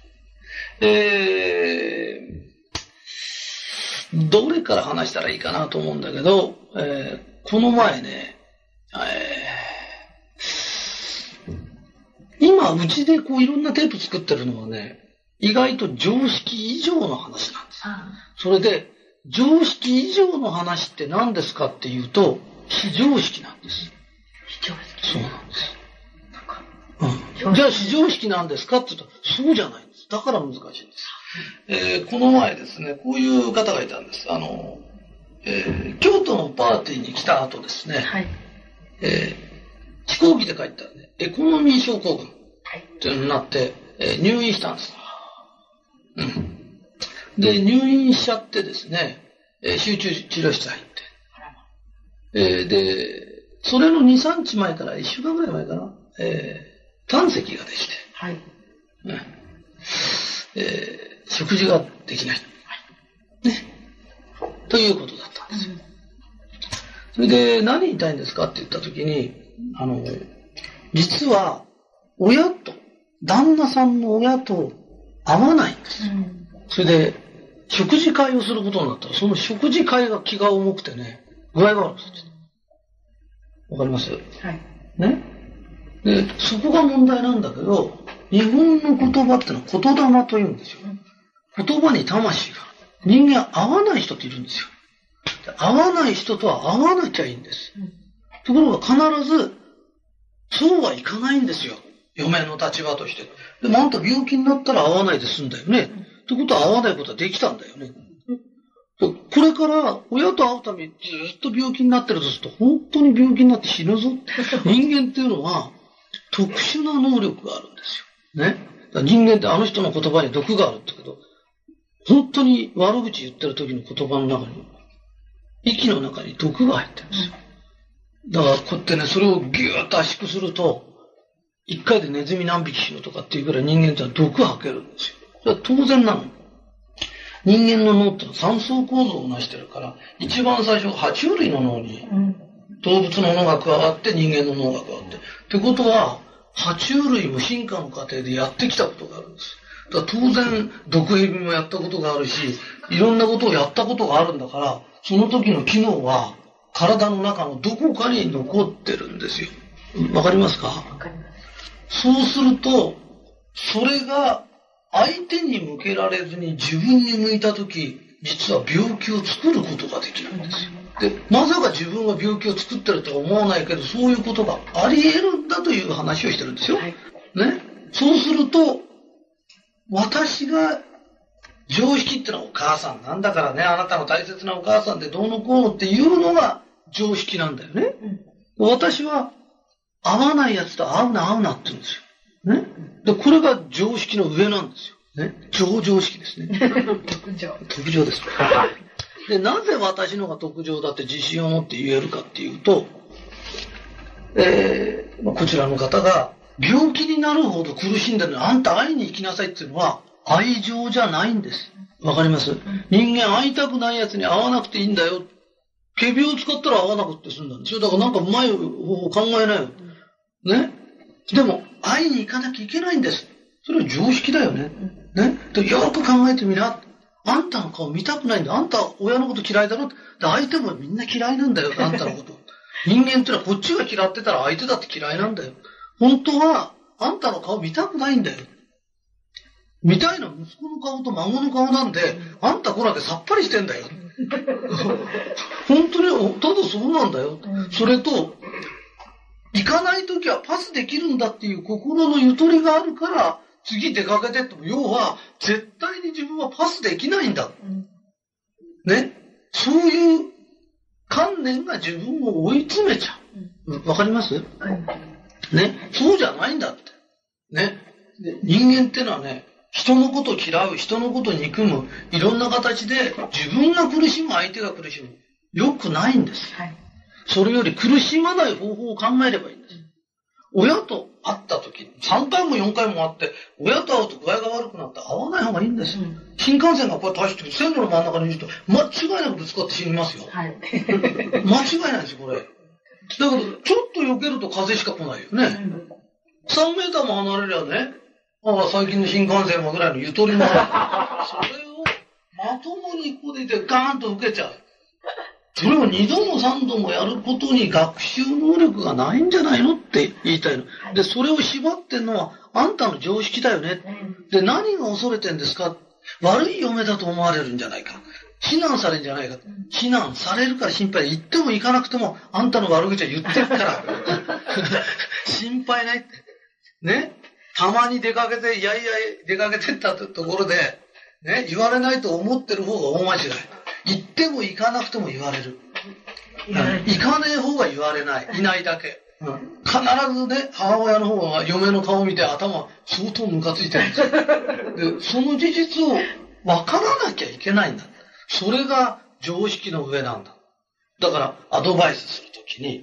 れる。どれから話したらいいかなと思うんだけど、この前ね、今、うちでこういろんなテープ作ってるのはね、意外と常識以上の話なんです。それで、常識以上の話って何ですかっていうと、非常識なんです。 非常識。 そうなんです。 じゃあ、非常識なんですかって言ったら、そうじゃないんです。だから難しいんです。この前ですね、こういう方がいたんです。京都のパーティーに来た後ですね、 はい。 飛行機で帰ったらね、エコノミー症候群っていうのになって、入院したんです。うん。で、入院しちゃってですね、集中治療室入って。で、それの2、3日前から、1週間ぐらい前かな、胆石ができて、 はい。 食事ができない。ね。ということだったんですよ。それで、何言いたいんですかって言ったときに、実は、親と、旦那さんの親と会わないんですよ。それで、食事会をすることになったら、その食事会が気が重くてね、具合が悪くなっちゃった。わかります？はい。ね。で、そこが問題なんだけど、日本の言葉ってのは言霊と言うんですよ。言葉に魂がある。人間会わない人っているんですよ。会わない人とは会わなきゃいいんです。ところが必ず、そうはいかないんですよ。嫁の立場として。でもあんた病気になったら会わないで済んだよね。ってことは会わないことはできたんだよね。これから親と会うためにずっと病気になってるとすると、本当に病気になって死ぬぞ。人間っていうのは特殊な能力があるんですよ。ね。人間ってあの人の言葉に毒があるってけど、本当に悪口言ってる時の言葉の中に、息の中に毒が入ってるんですよ。だからこうやってね、それをギューッと圧縮すると、一回でネズミ何匹死ぬとかっていうくらい人間ってのは毒吐けるんですよ。それは当然なの。人間の脳ってのは三層構造を成してるから、一番最初、爬虫類の脳に、動物の脳が加わって人間の脳が加わって。ってことは、爬虫類も進化の過程でやってきたことがあるんです。だから当然、毒蛇もやったことがあるし、いろんなことをやったことがあるんだから、その時の機能は、体の中のどこかに残ってるんですよ。わかりますか？わかります。そうすると、それが相手に向けられずに自分に向いたとき、実は病気を作ることができるんですよ。で、まさか自分が病気を作ってるとは思わないけど、そういうことがあり得るんだという話をしてるんですよ。はい、ね。そうすると、私が常識ってのはお母さんなんだからね、あなたの大切なお母さんでどうのこうのっていうのが常識なんだよね。私は会わないやつと会うなって言うんですよ。ね。で、これが常識の上なんですよ。ね。超常識ですね。特上です。で、なぜ私のが特上だって自信を持って言えるかっていうと、こちらの方が病気になるほど苦しんでるのにあんた会いに行きなさいっていうのは愛情じゃないんです。わかります？人間会いたくないやつに会わなくていいんだよ。仮病を使ったら会わなくて済んだんですよ。だからなんかうまい方法考えないよ。ね。でも、会いに行かなきゃいけないんです。それは常識だよね。ね。で、よく考えてみな。あんたの顔見たくないんだ。あんた親のこと嫌いだろ。で、相手もみんな嫌いなんだよ。あんたのこと。人間ってのはこっちが嫌ってたら相手だって嫌いなんだよ。本当は、あんたの顔見たくないんだよ。見たいのは息子の顔と孫の顔なんで、あんた来なきゃさっぱりしてんだよ。本当に、ただそうなんだよ。それと、行かないときはパスできるんだっていう心のゆとりがあるから、次出かけてっても、要は、絶対に自分はパスできないんだ。ね。そういう観念が自分を追い詰めちゃう。わかります？ね。そうじゃないんだって。ね。人間ってのはね、人のことを嫌う、人のことを憎む、いろんな形で自分が苦しむ、相手が苦しむ。よくないんです。はい、それより苦しまない方法を考えればいいんです。親と会った時、3回も4回も会って、親と会うと具合が悪くなって会わない方がいいんですよ。新幹線がこうやって走って線路の真ん中にいると、間違いなくぶつかって死にますよ。はい、間違いないですよ、これ。だけど、ちょっと避けると風しか来ないよね。3メーターも離れりゃね、最近の新幹線もぐらいのゆとりもある。それをまともにここでいてガーンと受けちゃう。それを2度も3度もやることに学習能力がないんじゃないのって言いたいの。で、それを縛ってんのはあんたの常識だよね。で、何が恐れてんですか？悪い嫁だと思われるんじゃないか。非難されるんじゃないか。非難されるから心配。言っても行かなくてもあんたの悪口は言ってるから。心配ないって。ね。 たまに出かけて、いやいや出かけてったところで、ね、言われないと思ってる方が大間違い。行っても行かなくても言われる。行かねえ方が言われない。いないだけ。必ずね、母親の方が嫁の顔を見て頭相当ムカついてるんですよ。で、その事実を分からなきゃいけないんだ。それが常識の上なんだ。だからアドバイスするときに、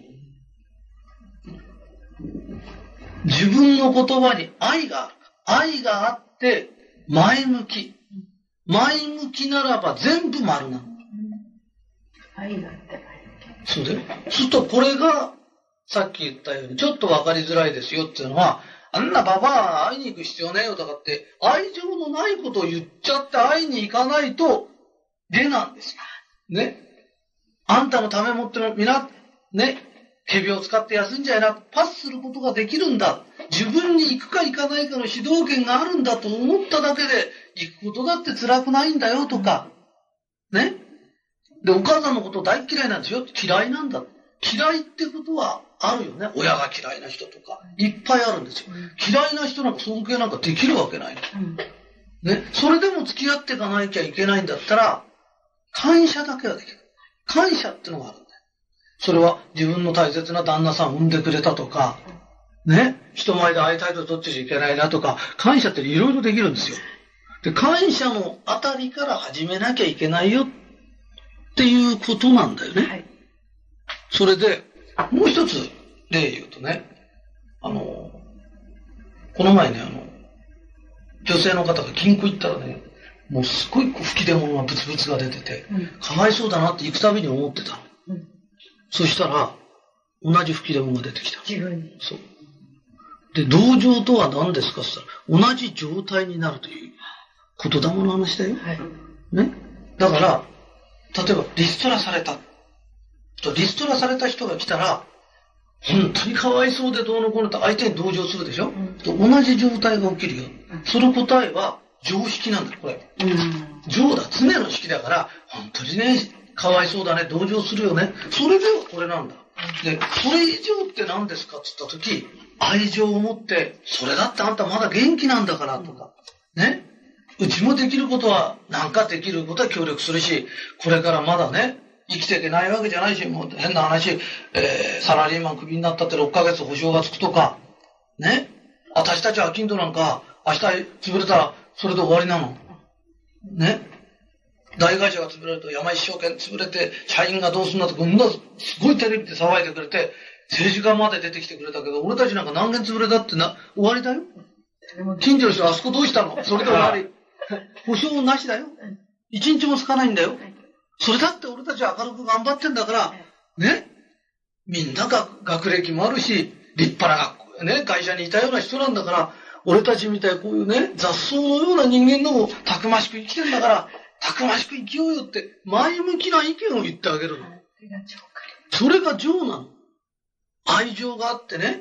自分の言葉に愛があって前向きならば全部丸なの。 愛があってそうだよ。そうするとこれがさっき言ったようにちょっと分かりづらいですよっていうのは、あんなババア会いに行く必要ねえよとかって愛情のないことを言っちゃって会いに行かないと下なんですよ。ね。あんたのためもっての皆ね、仮病を使って休んじゃいな、パスすることができるんだ。自分に行くか行かないかの主導権があるんだと思っただけで行くことだって辛くないんだよとか、ね。で、お母さんのこと大嫌いなんですよ。嫌いなんだ。嫌いってことはあるよね。親が嫌いな人とか、いっぱいあるんですよ。嫌いな人なんか尊敬なんかできるわけない。ね。それでも付き合っていかなきゃいけないんだったら、感謝だけはできる。感謝ってのがあるんだよ。それは自分の大切な旦那さんを産んでくれたとか、ね。人前で会いたいと取ってちゃいけないなとか、感謝っていろいろできるんですよ。で、感謝のあたりから始めなきゃいけないよっていうことなんだよね。はい、それで、もう一つ例言うとね、この前ね、女性の方が金庫行ったらね、もうすごい吹き出物がブツブツが出てて、かわいそうだなって行くたびに思ってたの。そしたら、同じ吹き出物が出てきた。 自分に。 そう。で、同情とは何ですかって言ったら、同じ状態になるという言霊の話だよ。はい。ね。だから、例えばリストラされた。リストラされた人が来たら、本当にかわいそうでどうのこうのと相手に同情するでしょ、同じ状態が起きるよ。その答えは常識なんだ、これ。常だ、常の式だから、本当にね、かわいそうだね、同情するよね。それではこれなんだ。で、それ以上って何ですかって言ったとき、愛情を持って、それだってあんたまだ元気なんだからとか、ね。うちもできることは、なんかできることは協力するし、これからまだね、生きていけないわけじゃないし、もう変な話、サラリーマンクビになったって6ヶ月保証がつくとか、ね。私たちは金土なんか、明日潰れたらそれで終わりなの。ね。大会社が潰れると山一証券潰れて、社員がどうすんだとか、すごいテレビで騒いでくれて、政治家まで出てきてくれたけど、俺たちなんか何件潰れたって終わりだよ。近所の人あそこどうしたの？それで終わり。保証なしだよ。一日もつかないんだよ。それだって俺たちは明るく頑張ってんだから、ね。みんなが学歴もあるし、立派な学校、ね、会社にいたような人なんだから、俺たちみたいこういうね、雑草のような人間のもたくましく生きてんだから、たくましく生きようよって前向きな意見を言ってあげるの。それが情なの。愛情があってね、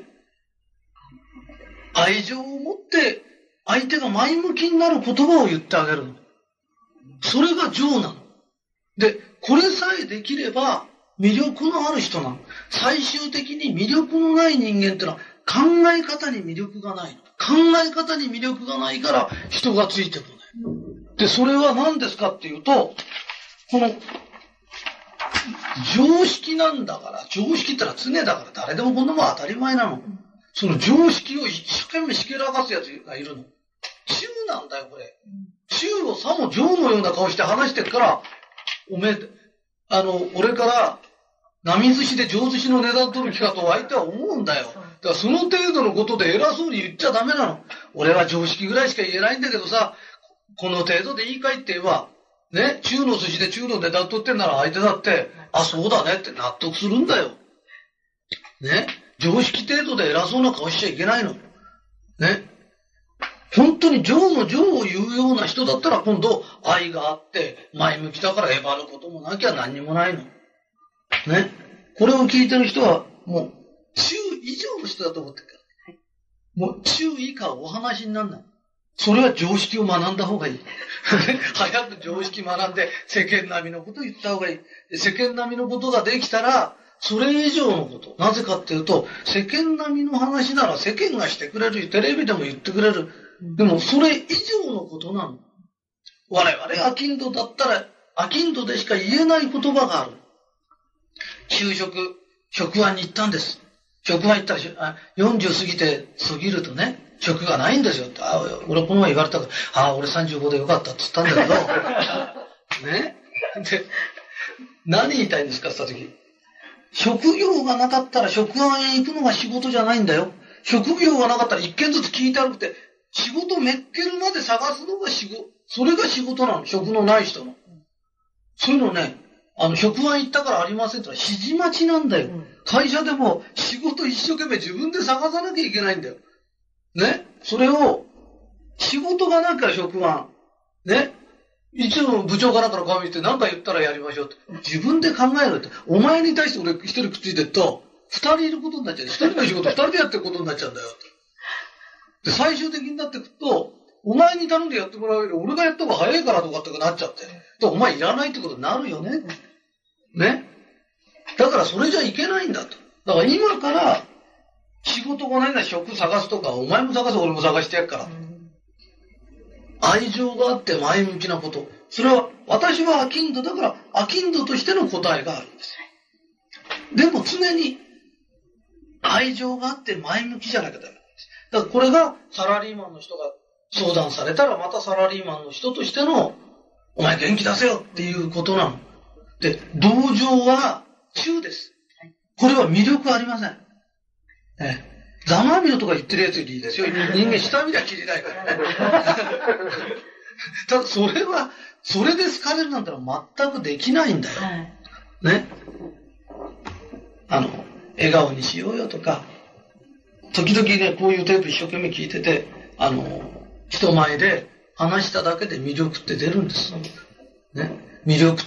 愛情を持って相手が前向きになる言葉を言ってあげるの。それが情なの。で、これさえできれば魅力のある人なの。最終的に魅力のない人間ってのは考え方に魅力がないの。考え方に魅力がないから人がついてこない。で、それは何ですかっていうと、この常識なんだから、常識ってのは常だから誰でもこんなもん当たり前なの。その常識を一生懸命しけらかすやつがいるの。中なんだよ、これ。中をさも常のような顔して話してるから、おめえ、俺から波寿司で上寿司の値段取る気かと相手は思うんだよ。だからその程度のことで偉そうに言っちゃダメなの。俺は常識ぐらいしか言えないんだけどさ、この程度でいいかいって言えば、ね、中の寿司で中の値段取ってんなら相手だって、あ、そうだねって納得するんだよ。ね、常識程度で偉そうな顔しちゃいけないの。ね。本当に情の情を言うような人だったら今度愛があって前向きだからへばることもなきゃ何にもないの。ね。これを聞いてる人はもう中以上の人だと思ってるから。もう中以下お話にならない。それは常識を学んだ方がいい。早く常識学んで世間並みのことを言った方がいい。世間並みのことができたらそれ以上のこと。なぜかっていうと、世間並みの話なら世間がしてくれる、テレビでも言ってくれる。でも、それ以上のことなの。我々アキンドだったら、アキンドでしか言えない言葉がある。職場に行ったんです。職場行ったら、40過ぎるとね、職がないんですよって。俺この前言われたから、俺35でよかったって言ったんだけど、ね。で、何言いたいんですかって言った時。職業がなかったら職場へ行くのが仕事じゃないんだよ。職業がなかったら一件ずつ聞いてあるって、仕事めっけるまで探すのが仕事、それが仕事なの。職のない人の。そういうのね、職場行ったからありませんってのは指示待ちなんだよ。会社でも仕事一生懸命自分で探さなきゃいけないんだよ。ね。それを、仕事がなきゃ職場、ね。一応部長かなんかの顔見て何か言ったらやりましょうって。自分で考えるって。お前に対して俺一人くっついてると、二人いることになっちゃう。一人の仕事二人でやってることになっちゃうんだよ。で、最終的になってくと、お前に頼んでやってもらうより俺がやった方が早いからとかってなっちゃって。で、お前いらないってことになるよね。ね。だからそれじゃいけないんだと。だから今から仕事がないなら職探すとか、お前も探す俺も探してやるから。愛情があって前向きなこと。それは、私はアキンドだから、アキンドとしての答えがあるんです。でも常に、愛情があって前向きじゃなきゃダメなんです。だからこれがサラリーマンの人が相談されたら、またサラリーマンの人としての、お前元気出せよっていうことなの。で、同情は中です。これは魅力ありません。ざまみろとか言ってるやつよりいいですよ。人間下見りゃ切りないからね。ただそれは、それで好かれるなんてのは全くできないんだよ。ね。笑顔にしようよとか、時々ね、こういうテープ一生懸命聞いてて、人前で話しただけで魅力って出るんです。ね。魅力って、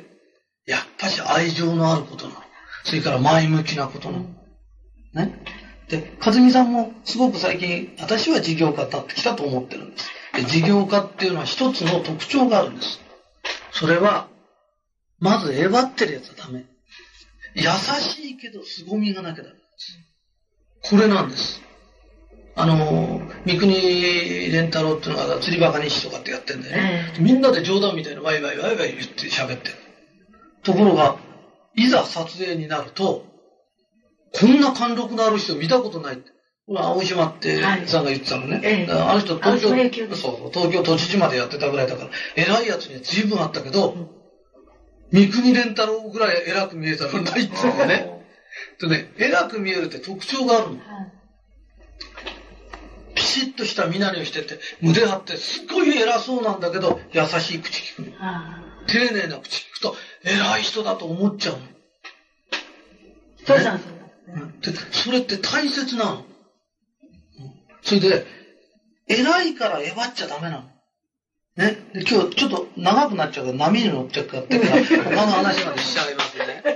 やっぱし愛情のあることなの。それから前向きなことなの。ね。で、和美さんもすごく最近、私は事業家になってきたと思ってるんです。で、事業家っていうのは一つの特徴があるんです。それは、まずえばってるやつはダメ。優しいけど凄みがなきゃダメなんです。これなんです。三国連太郎っていうのが釣りバカ日誌とかってやってんだよね。みんなで冗談みたいなワイワイワイワイ言って喋ってる。ところが、いざ撮影になると、こんな貫禄のある人見たことないって。これ青島ってさんが言ってたのね。あの人東京都知事までやってたぐらいだから、偉いやつには随分あったけど、三国連太郎ぐらい偉く見えたのないって言うんだよね。でね、偉く見えるって特徴があるの。ピシッとした身なりをしてて、胸張ってすっごい偉そうなんだけど、優しい口聞くの。丁寧な口聞くと、偉い人だと思っちゃうの。 そうなんですで、それって大切なの。それで、偉いからえばっちゃダメなの。ね。で、今日ちょっと長くなっちゃうから波に乗っちゃうから、他の話までしちゃいますね。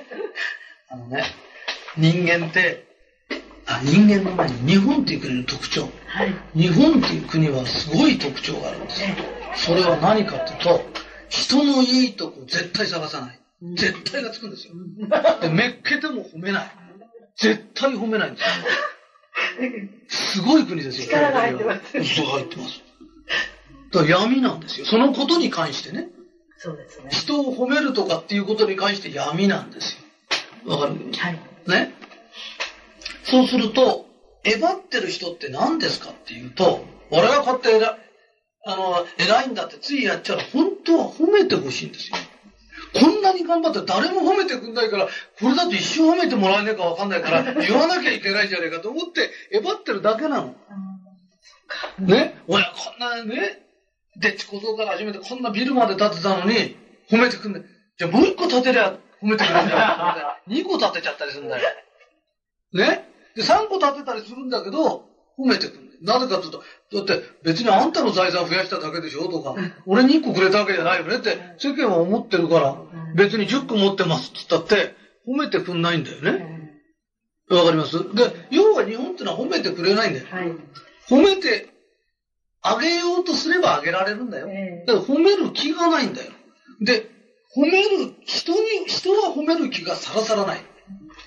人間って、人間の前に日本っていう国の特徴。日本っていう国はすごい特徴があるんです。それは何かっていうと、人のいいとこ絶対探さない。絶対がつくんですよ。で、めっけても褒めない。絶対褒めないんですよ。すごい国ですよ。 力が入ってます。 そう入ってます。だから闇なんですよ。そのことに関してね。 そうですね。 人を褒めるとかっていうことに関して闇なんですよ。わかる？ はい。 ね。そうすると、えばってる人って何ですかっていうと、俺はこうやって偉いんだってついやっちゃう。本当は褒めてほしいんですよ。こんなに頑張って誰も褒めてくんないから、これだと一生褒めてもらえねえかわかんないから、言わなきゃいけないんじゃねえかと思って、えばってるだけなの。ね。俺はこんなね、でっち小僧から始めてこんなビルまで建てたのに、褒めてくんない。じゃあもう一個建てりゃ褒めてくれるんだよ。二個建てちゃったりするんだよ。ね。で、三個建てたりするんだけど、褒めてくんない。なぜかというと、だって別にあんたの財産増やしただけでしょとか、俺に1個くれたわけじゃないよねって世間は思ってるから、別に10個持ってますって言ったって褒めてくんないんだよね。わかります？で、要は日本ってのは褒めてくれないんだよ。褒めてあげようとすればあげられるんだよ。だから褒める気がないんだよ。で、人は褒める気がさらさらない。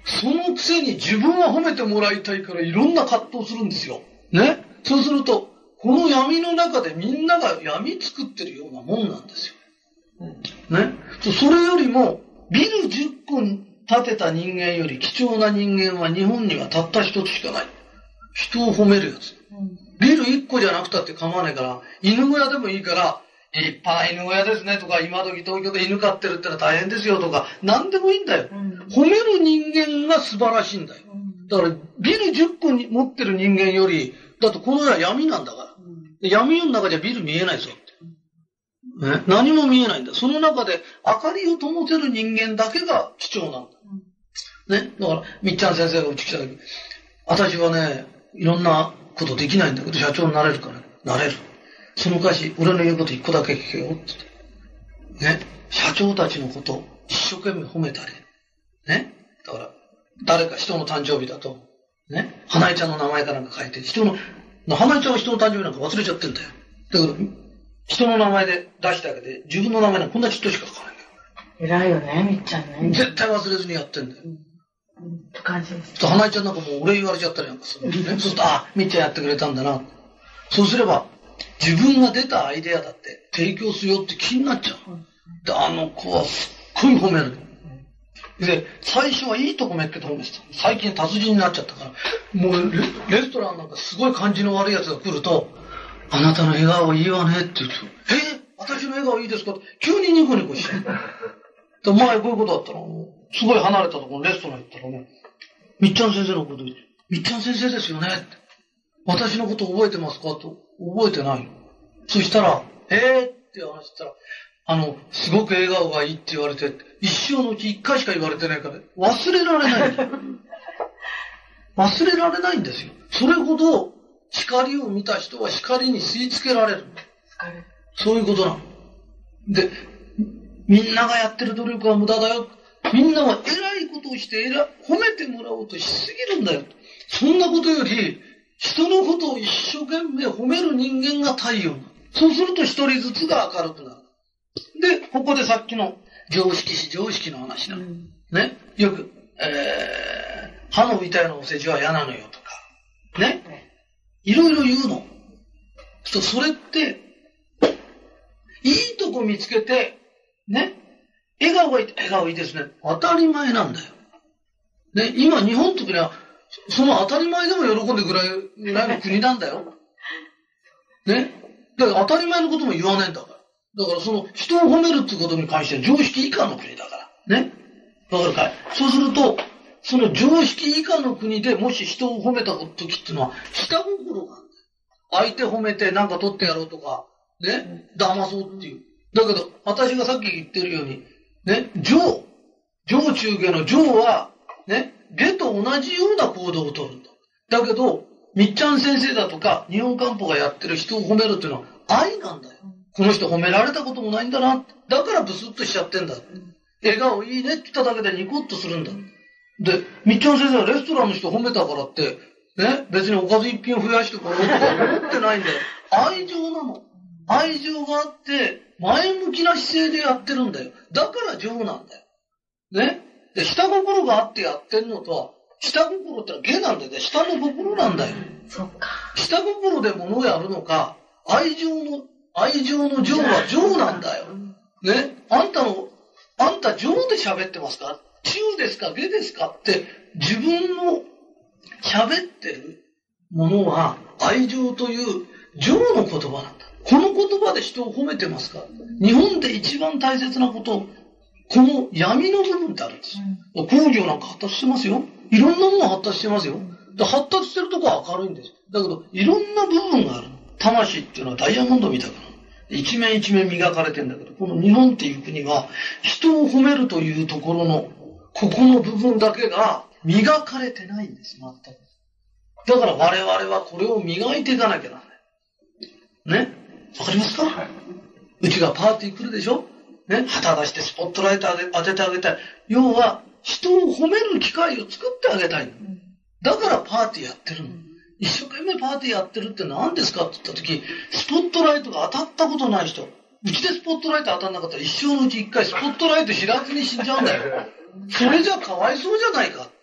そのくせに自分は褒めてもらいたいからいろんな葛藤するんですよ。ね。そうすると、この闇の中でみんなが闇作ってるようなもんなんですよ。ね。それよりも、ビル10個建てた人間より貴重な人間は日本にはたった一つしかない。人を褒めるやつ。ビル1個じゃなくたって構わないから、犬小屋でもいいから、立派な犬小屋ですねとか、今時東京で犬飼ってるってのは大変ですよとか、何でもいいんだよ。褒める人間が素晴らしいんだよ。だから、ビル10個に持ってる人間より、だってこの世は闇なんだから。闇の中じゃビル見えないぞって。ね、何も見えないんだ。その中で明かりを灯せる人間だけが貴重なんだ。ね。だから、みっちゃん先生がうち来た時、私はね、いろんなことできないんだけど、社長になれるから、なれる。そのかし、俺の言うこと一個だけ聞けよって言って。ね。社長たちのことを一生懸命褒めたり。ね。だから、誰か人の誕生日だと、ね。花江ちゃんの名前かなんか書いて、花江ちゃんは人の誕生日なんか忘れちゃってんだよ。だけど、人の名前で出してあげて、自分の名前なんかこんなちっとしか書かないんだよ。 偉いよね、みっちゃんね。 絶対忘れずにやってんだよ。 感謝です。 花江ちゃんなんかもう俺言われちゃったりなんかするんだよね。そうすると、あ、みっちゃんやってくれたんだな。そうすれば、自分が出たアイデアだって提供するよって気になっちゃう。で、あの子はすっごい褒める。で、最初はいいとこめっけて褒めてた。最近達人になっちゃったから、もうレストランなんかすごい感じの悪い奴が来ると、あなたの笑顔いいわねって言うと、私の笑顔いいですかって急にニコニコしちゃう。で、前こういうことあったの。すごい離れたところのレストラン行ったらね、みっちゃん先生のこと言って、みっちゃん先生ですよねって。私のこと覚えてますかと。覚えてないの。そしたら、って話したら、すごく笑顔がいいって言われて、一生のうち一回しか言われてないから、忘れられない。忘れられないんですよ。それほど、光を見た人は光に吸い付けられる。そういうことなの。で、みんながやってる努力は無駄だよ。みんなは偉いことをして褒めてもらおうとしすぎるんだよ。そんなことより、人のことを一生懸命褒める人間が太陽なの。そうすると一人ずつが明るくなる。で、ここでさっきの常識非常識の話なの。ね。よく、歯の痛いのお世辞は嫌なのよとか。ね。いろいろ言うの。それって、いいとこ見つけて、ね。笑顔がいいですね。当たり前なんだよ。ね。今日本とかには、その当たり前でも喜んでくれるぐらいの国なんだよ。ね。だから当たり前のことも言わないんだから。だからその人を褒めるってことに関しては常識以下の国だから。ね。わかるかい？そうすると、その常識以下の国でもし人を褒めた時っていうのは、下心があるんだよ。相手褒めてなんか取ってやろうとか、ね。騙そうっていう。だけど、私がさっき言ってるように、ね。上中下の上は、ね。下と同じような行動をとるんだ。だけど、みっちゃん先生だとか、日本漢方がやってる人を褒めるっていうのは愛なんだよ。この人褒められたこともないんだな。だからブスッとしちゃってんだ。笑顔いいねって言っただけでニコッとするんだ。で、みっちゃん先生はレストランの人褒めたからって、ね、別におかず一品増やしてこうとか思ってないんだよ。愛情なの。愛情があって、前向きな姿勢でやってるんだよ。だから情なんだよ。ね。で、下心があってやってんのとは、下心ってのは下なんだよね。下の心なんだよ。 そっか。 下心で物をやるのか、愛情の情は情なんだよ。ね。あんた情で喋ってますか？中ですか？下ですか？って自分の喋ってるものは愛情という情の言葉なんだ。この言葉で人を褒めてますか？日本で一番大切なこと、この闇の部分ってあるんですよ。工業なんか発達してますよ。いろんなものが発達してますよ。発達してるとこは明るいんです。だけど、いろんな部分がある。魂っていうのはダイヤモンドみたいな。一面一面磨かれてんだけど、この日本っていう国は、人を褒めるというところの、ここの部分だけが磨かれてないんです、全く。だから我々はこれを磨いていかなきゃならない。ね。わかりますか？うちがパーティー来るでしょ？ね。旗出してスポットライト当ててあげたい。要は、人を褒める機会を作ってあげたいの。だからパーティーやってるの。一生懸命パーティーやってるって何ですかって言った時、スポットライトが当たったことない人。うちでスポットライト当たんなかったら一生のうち一回スポットライト知らずに死んじゃうんだよ。それじゃかわいそうじゃないか。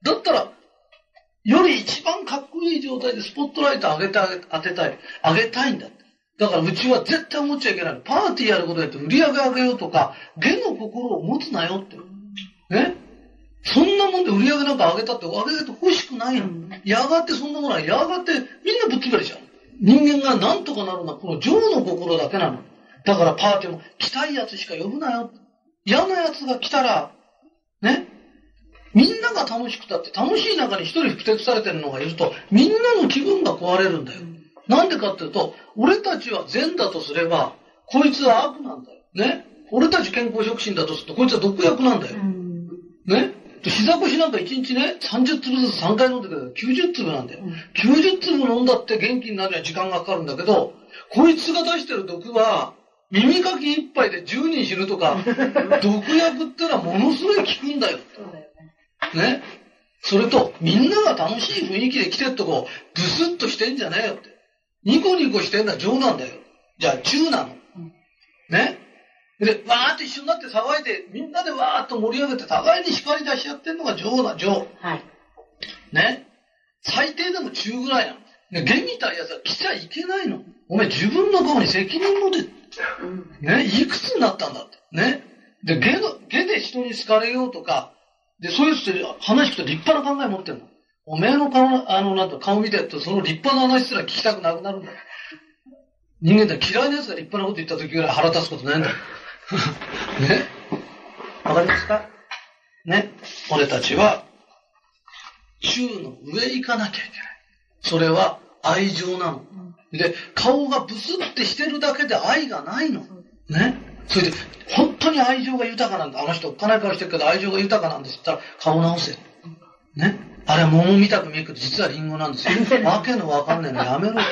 だったら、より一番かっこいい状態でスポットライト当てたいんだ。だからうちは絶対思っちゃいけない。パーティーやることやって売り上げ上げようとか、下の心を持つなよって。ね。そんなもんで売り上げなんか上げたって上げて欲しくないの。やがてそんなものは、やがてみんなぶっ潰れちゃう。人間がなんとかなるのはこの情の心だけなの。だからパーティーも来たいやつしか呼ぶなよ。嫌なやつが来たら、ね。みんなが楽しくたって楽しい中に一人不適されてるのがいると、みんなの気分が壊れるんだよ。なんでかっていうと、俺たちは善だとすれば、こいつは悪なんだよ。ね。俺たち健康促進だとすると、こいつは毒薬なんだよ。ね。膝腰なんか1日ね、30粒ずつ3回飲んでくれる90粒なんだよ。90粒飲んだって元気になるには時間がかかるんだけど、こいつが出してる毒は、耳かき一杯で10人死ぬとか、毒薬ってのはものすごい効くんだよ。ね。それと、みんなが楽しい雰囲気で来てっとこう、ブスッとしてんじゃねえよって。ニコニコしてんのは情なんだよ。じゃあ、中なの。ね。で、わーって一緒になって騒いで、みんなでわーっと盛り上げて、互いに叱り出し合ってんのが情だ、情。はい。ね。最低でも中ぐらいなの。ね、ゲみたいやつは来ちゃいけないの。お前自分の顔に責任持て。ね。いくつになったんだって。ね。で、ゲで人に好かれようとか、で、そういう人って話聞くと立派な考え持ってんの。おめえの顔、なんと顔見てると、その立派な話すら聞きたくなくなるんだよ。人間って嫌いな奴が立派なこと言った時ぐらい腹立つことないんだよ。ね。わかりますか？ね。俺たちは、中の上行かなきゃいけない。それは愛情なの。で、顔がブスってしてるだけで愛がないの。ね。それで、本当に愛情が豊かなんだ。あの人、おっかない顔してるけど愛情が豊かなんですって言ったら、顔直せ。ね。あれは桃みたく見えるけど、実はリンゴなんですよ。わけのわかんないのやめろって。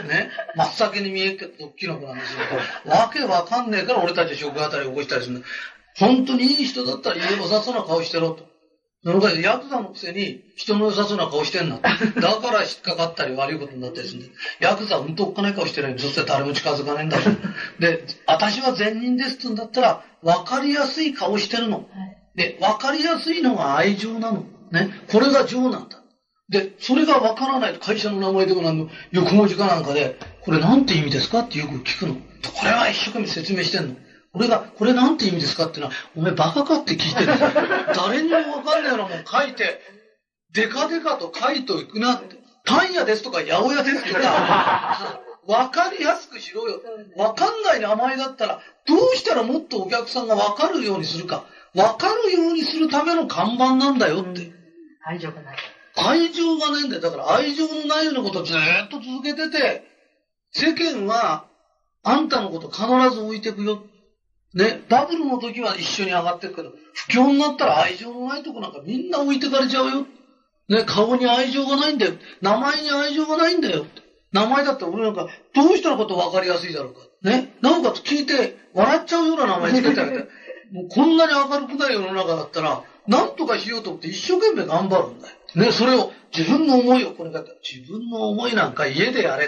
ね。真っ先に見えるけど、キノコなんですよ。わけわかんねえから俺たち食あたり起こしたりするんだ。本当にいい人だったら家良さそうな顔してろと。そのからヤクザのくせに人の良さそうな顔してんな。だから引っかかったり悪いことになったりするんだ。ヤクザはほんとおっかない顔してるのに、そして誰も近づかないんだもん。で、私は善人ですって言うんだったら、わかりやすい顔してるの。で、わかりやすいのが愛情なの。ね。これが情なんだ。で、それがわからないと会社の名前でもなんの、横文字かなんかで、これなんて意味ですかってよく聞くの。これは一生懸命説明してんの。俺が、これなんて意味ですかっていうのは、お前バカかって聞いてる。誰にもわかんないようなもん書いて、デカデカと書いといくなって。パン屋ですとか、八百屋ですとか、わかりやすくしろよ。わかんない名前だったら、どうしたらもっとお客さんがわかるようにするか。わかるようにするための看板なんだよって。 愛情がない。 愛情がないんだよ。だから愛情のないようなことをずーっと続けてて、世間は、あんたのこと必ず置いてくよ。ね、バブルの時は一緒に上がってくけど、不況になったら愛情のないとこなんかみんな置いてかれちゃうよ。ね、顔に愛情がないんだよ。名前に愛情がないんだよ。名前だって俺なんか、どうしたらこと分かりやすいだろうか。ね、なおかつ聞いて笑っちゃうような名前つけてあげて。もうこんなに明るくない世の中だったら、なんとかしようと思って一生懸命頑張るんだよ。ね、それを、自分の思いをこれだったら、自分の思いなんか家でやれって。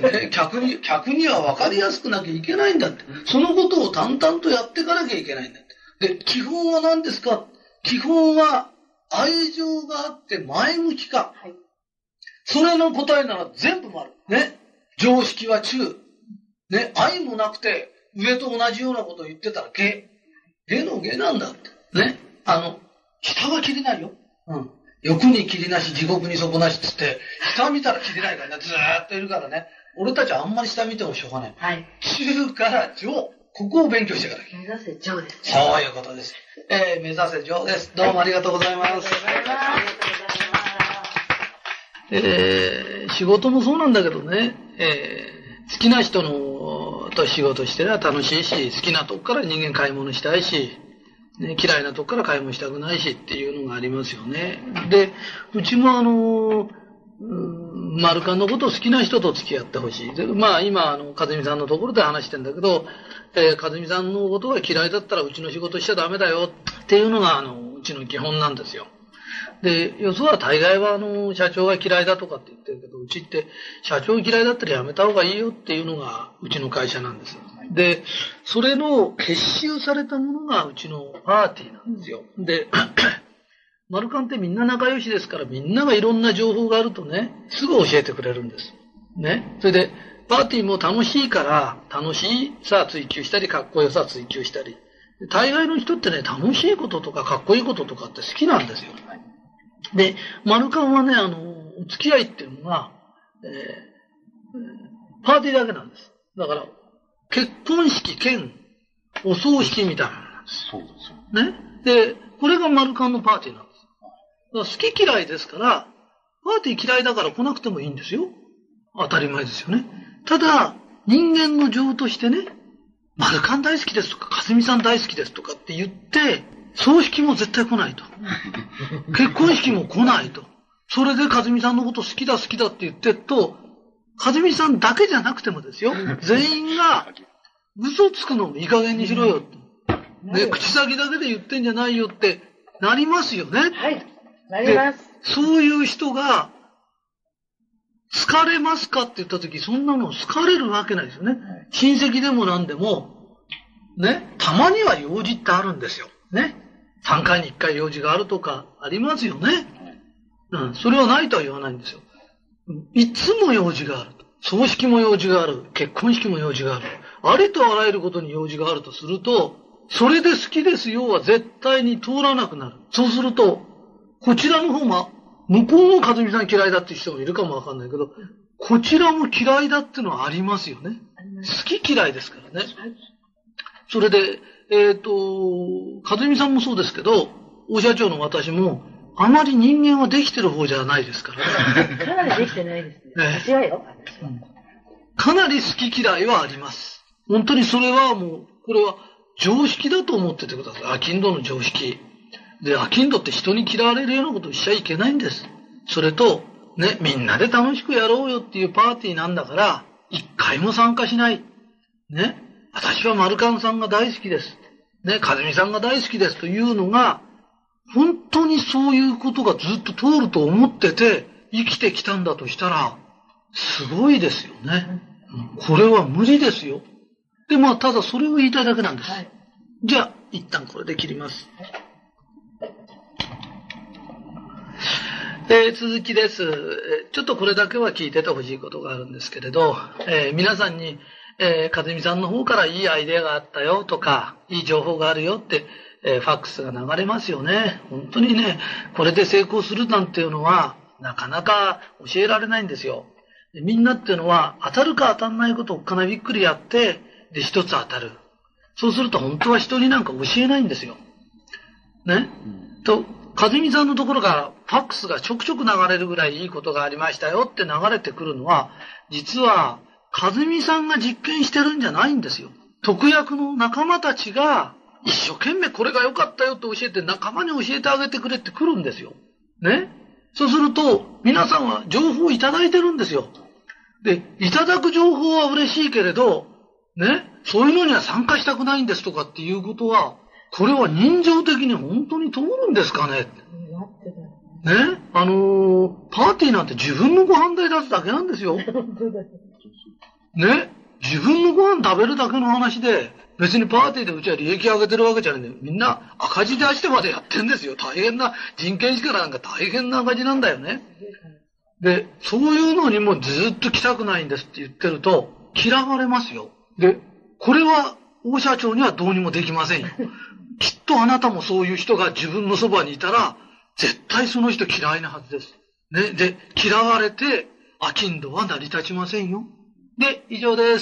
ね、客には分かりやすくなきゃいけないんだって。そのことを淡々とやっていかなきゃいけないんだって。で、基本は何ですか？基本は愛情があって前向きか。はい、それの答えなら全部丸。ね。常識は中。ね。愛もなくて、上と同じようなことを言ってたら下。下の下なんだって。ね。下は切れないよ。うん。欲に切りなし、地獄に底なしっつって、下見たら切れないからね、ずーっといるからね。俺たちあんまり下見てもしょうがない。はい。中から上。ここを勉強してから。 目指せ上です。 そういうことです。目指せ上です。どうもありがとうございます。ありがとうございます。仕事もそうなんだけどね、好きな人と仕事してりゃ楽しいし、好きなとこから人間買い物したいし、ね、嫌いなとこから買い物したくないしっていうのがありますよね。で、うちもマルカンのことを好きな人と付き合ってほしい。で、まあ今、和美さんのところで話してんだけど、和美さんのことが嫌いだったらうちの仕事しちゃダメだよっていうのがうちの基本なんですよ。で、よそは大概は社長が嫌いだとかって言ってるけど、うちって社長嫌いだったらやめた方がいいよっていうのがうちの会社なんですよ。で、それの結集されたものがうちのパーティーなんですよ。で、 マルカンってみんな仲良しですから、みんながいろんな情報があるとね、すぐ教えてくれるんです。ね。それで、パーティーも楽しいから、楽しさ追求したり、かっこよさ追求したり。大概の人ってね、楽しいこととかかっこいいこととかって好きなんですよ。で、マルカンはね、お付き合いっていうのが、パーティーだけなんです。だから、結婚式兼お葬式みたいなのなんです。 そうですよ。 ね。で、これがマルカンのパーティーなんです。だから好き嫌いですから、パーティー嫌いだから来なくてもいいんですよ。当たり前ですよね。ただ、人間の情としてね、マルカン大好きですとか、かすみさん大好きですとかって言って、葬式も絶対来ないと。結婚式も来ないと。それでかずみさんのこと好きだって言ってると、かずみさんだけじゃなくてもですよ、全員が嘘つくのもいい加減にしろよって。ね、口先だけで言ってんじゃないよってなりますよね。 はい。なります。 そういう人が、好かれますかって言ったとき、そんなの好かれるわけないですよね。親戚でも何でも、ね、たまには用事ってあるんですよ。ね。3回に1回用事があるとかありますよね。うん。それはないとは言わないんですよ。いつも用事がある。葬式も用事がある。結婚式も用事がある。ありとあらゆることに用事があるとすると、それで好きですよは絶対に通らなくなる。そうすると、こちらの方が、向こうもかずみさん嫌いだっていう人もいるかもわかんないけど、こちらも嫌いだっていうのはありますよね。好き嫌いですからね。それで、かずみさんもそうですけど、大社長の私も、あまり人間はできてる方じゃないですからね。 かなりできてないですね。私はよ。 かなり好き嫌いはあります。本当にそれはもう、これは常識だと思っててください。アキンドの常識。で、アキンドって人に嫌われるようなことをしちゃいけないんです。それと、ね、みんなで楽しくやろうよっていうパーティーなんだから、一回も参加しない。ね。私はマルカンさんが大好きです。ね、かずみさんが大好きですというのが、本当にそういうことがずっと通ると思ってて、生きてきたんだとしたら、すごいですよね。これは無理ですよ。で、まあ、ただそれを言いたいだけなんです。はい、じゃあ、一旦これで切ります。続きです。ちょっとこれだけは聞いててほしいことがあるんですけれど、皆さんに、かずみさんの方からいいアイデアがあったよとか、いい情報があるよって、ファックスが流れますよね。本当にね、これで成功するなんていうのは、なかなか教えられないんですよ。みんなっていうのは、当たるか当たんないことをおっかなびっくりやって、で、一つ当たる。そうすると本当は人になんか教えないんですよ。ね。と、かずみさんのところからファックスがちょくちょく流れるぐらいいいことがありましたよって流れてくるのは、実は、かずみさんが実験してるんじゃないんですよ。特約の仲間たちが、一生懸命これが良かったよって教えて、仲間に教えてあげてくれって来るんですよ。ね。そうすると、皆さんは情報をいただいてるんですよ。で、いただく情報は嬉しいけれど、ね。そういうのには参加したくないんですとかっていうことは、これは人情的に本当に通るんですかね。ね。パーティーなんて自分のご飯代出すだけなんですよ。ね。自分のご飯食べるだけの話で、別にパーティーでうちは利益上げてるわけじゃないんで、みんな赤字出してまでやってんですよ。大変な、人件費からなんか大変な赤字なんだよね。で、そういうのにもずっと来たくないんですって言ってると、嫌われますよ。で、これは大社長にはどうにもできませんよ。きっとあなたもそういう人が自分のそばにいたら、絶対その人嫌いなはずです。ね。で、嫌われて、アキンドは成り立ちませんよ。で、以上です。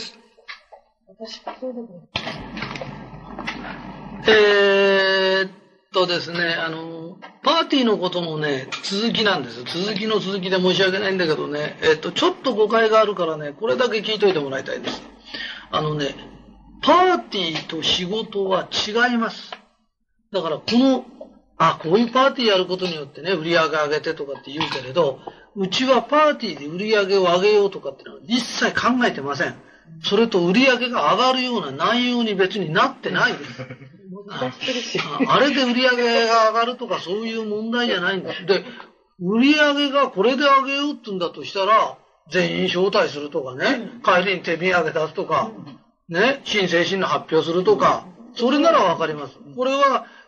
ですね、パーティーのことのね、続きなんです。続きの続きで申し訳ないんだけどね、ちょっと誤解があるからね、これだけ聞いといてもらいたいです。パーティーと仕事は違います。だからこういうパーティーやることによってね、売り上げ上げてとかって言うけれど、うちはパーティーで売り上げを上げようとかってのは一切考えてません。それと売り上げが上がるような内容に別になってないです。あれで売り上げが上がるとかそういう問題じゃないんです。で、売り上げがこれで上げようって言うんだとしたら、全員招待するとかね、帰りに手土産出すとか、ね、新製品の発表するとか、それならわかります。これは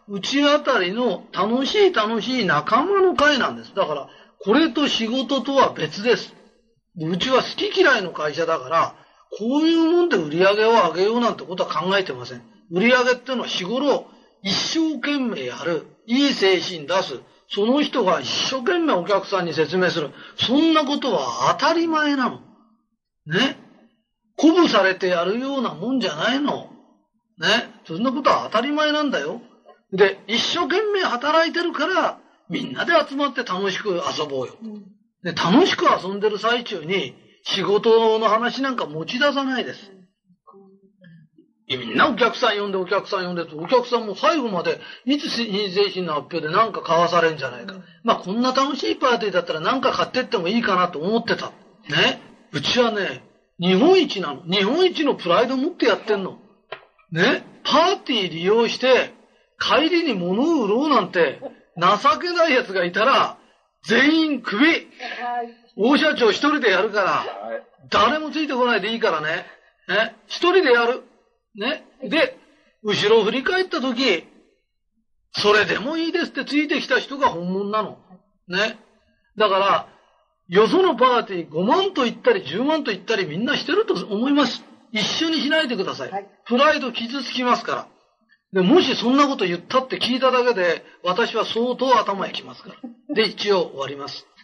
うちあたりの楽しい仲間の会なんです。だから、これと仕事とは別です。うちは好き嫌いの会社だから、こういうもんで売り上げを上げようなんてことは考えてません。売り上げってのは日頃、一生懸命やる。いい精神出す。その人が一生懸命お客さんに説明する。そんなことは当たり前なの。ね。鼓舞されてやるようなもんじゃないの。ね。そんなことは当たり前なんだよ。で、一生懸命働いてるから、みんなで集まって楽しく遊ぼうよ。で、楽しく遊んでる最中に、仕事の話なんか持ち出さないです。みんなお客さん呼んでと、お客さんも最後まで、いつ新製品の発表で何か買わされんじゃないか。まあ、こんな楽しいパーティーだったら何か買ってってもいいかなと思ってた。ね。うちはね、日本一なの。日本一のプライド持ってやってんの。ね。パーティー利用して、帰りに物を売ろうなんて、情けない奴がいたら、全員クビ。大社長一人でやるから、誰もついてこないでいいからね。ね。一人でやる。ね。で、後ろを振り返ったとき、それでもいいですってついてきた人が本物なの。ね。だから、よそのパーティー5万と言ったり10万と言ったりみんなしてると思います。一緒にしないでください。プライド傷つきますから。で、もしそんなこと言ったって聞いただけで、私は相当頭へきますから。で、一応終わります。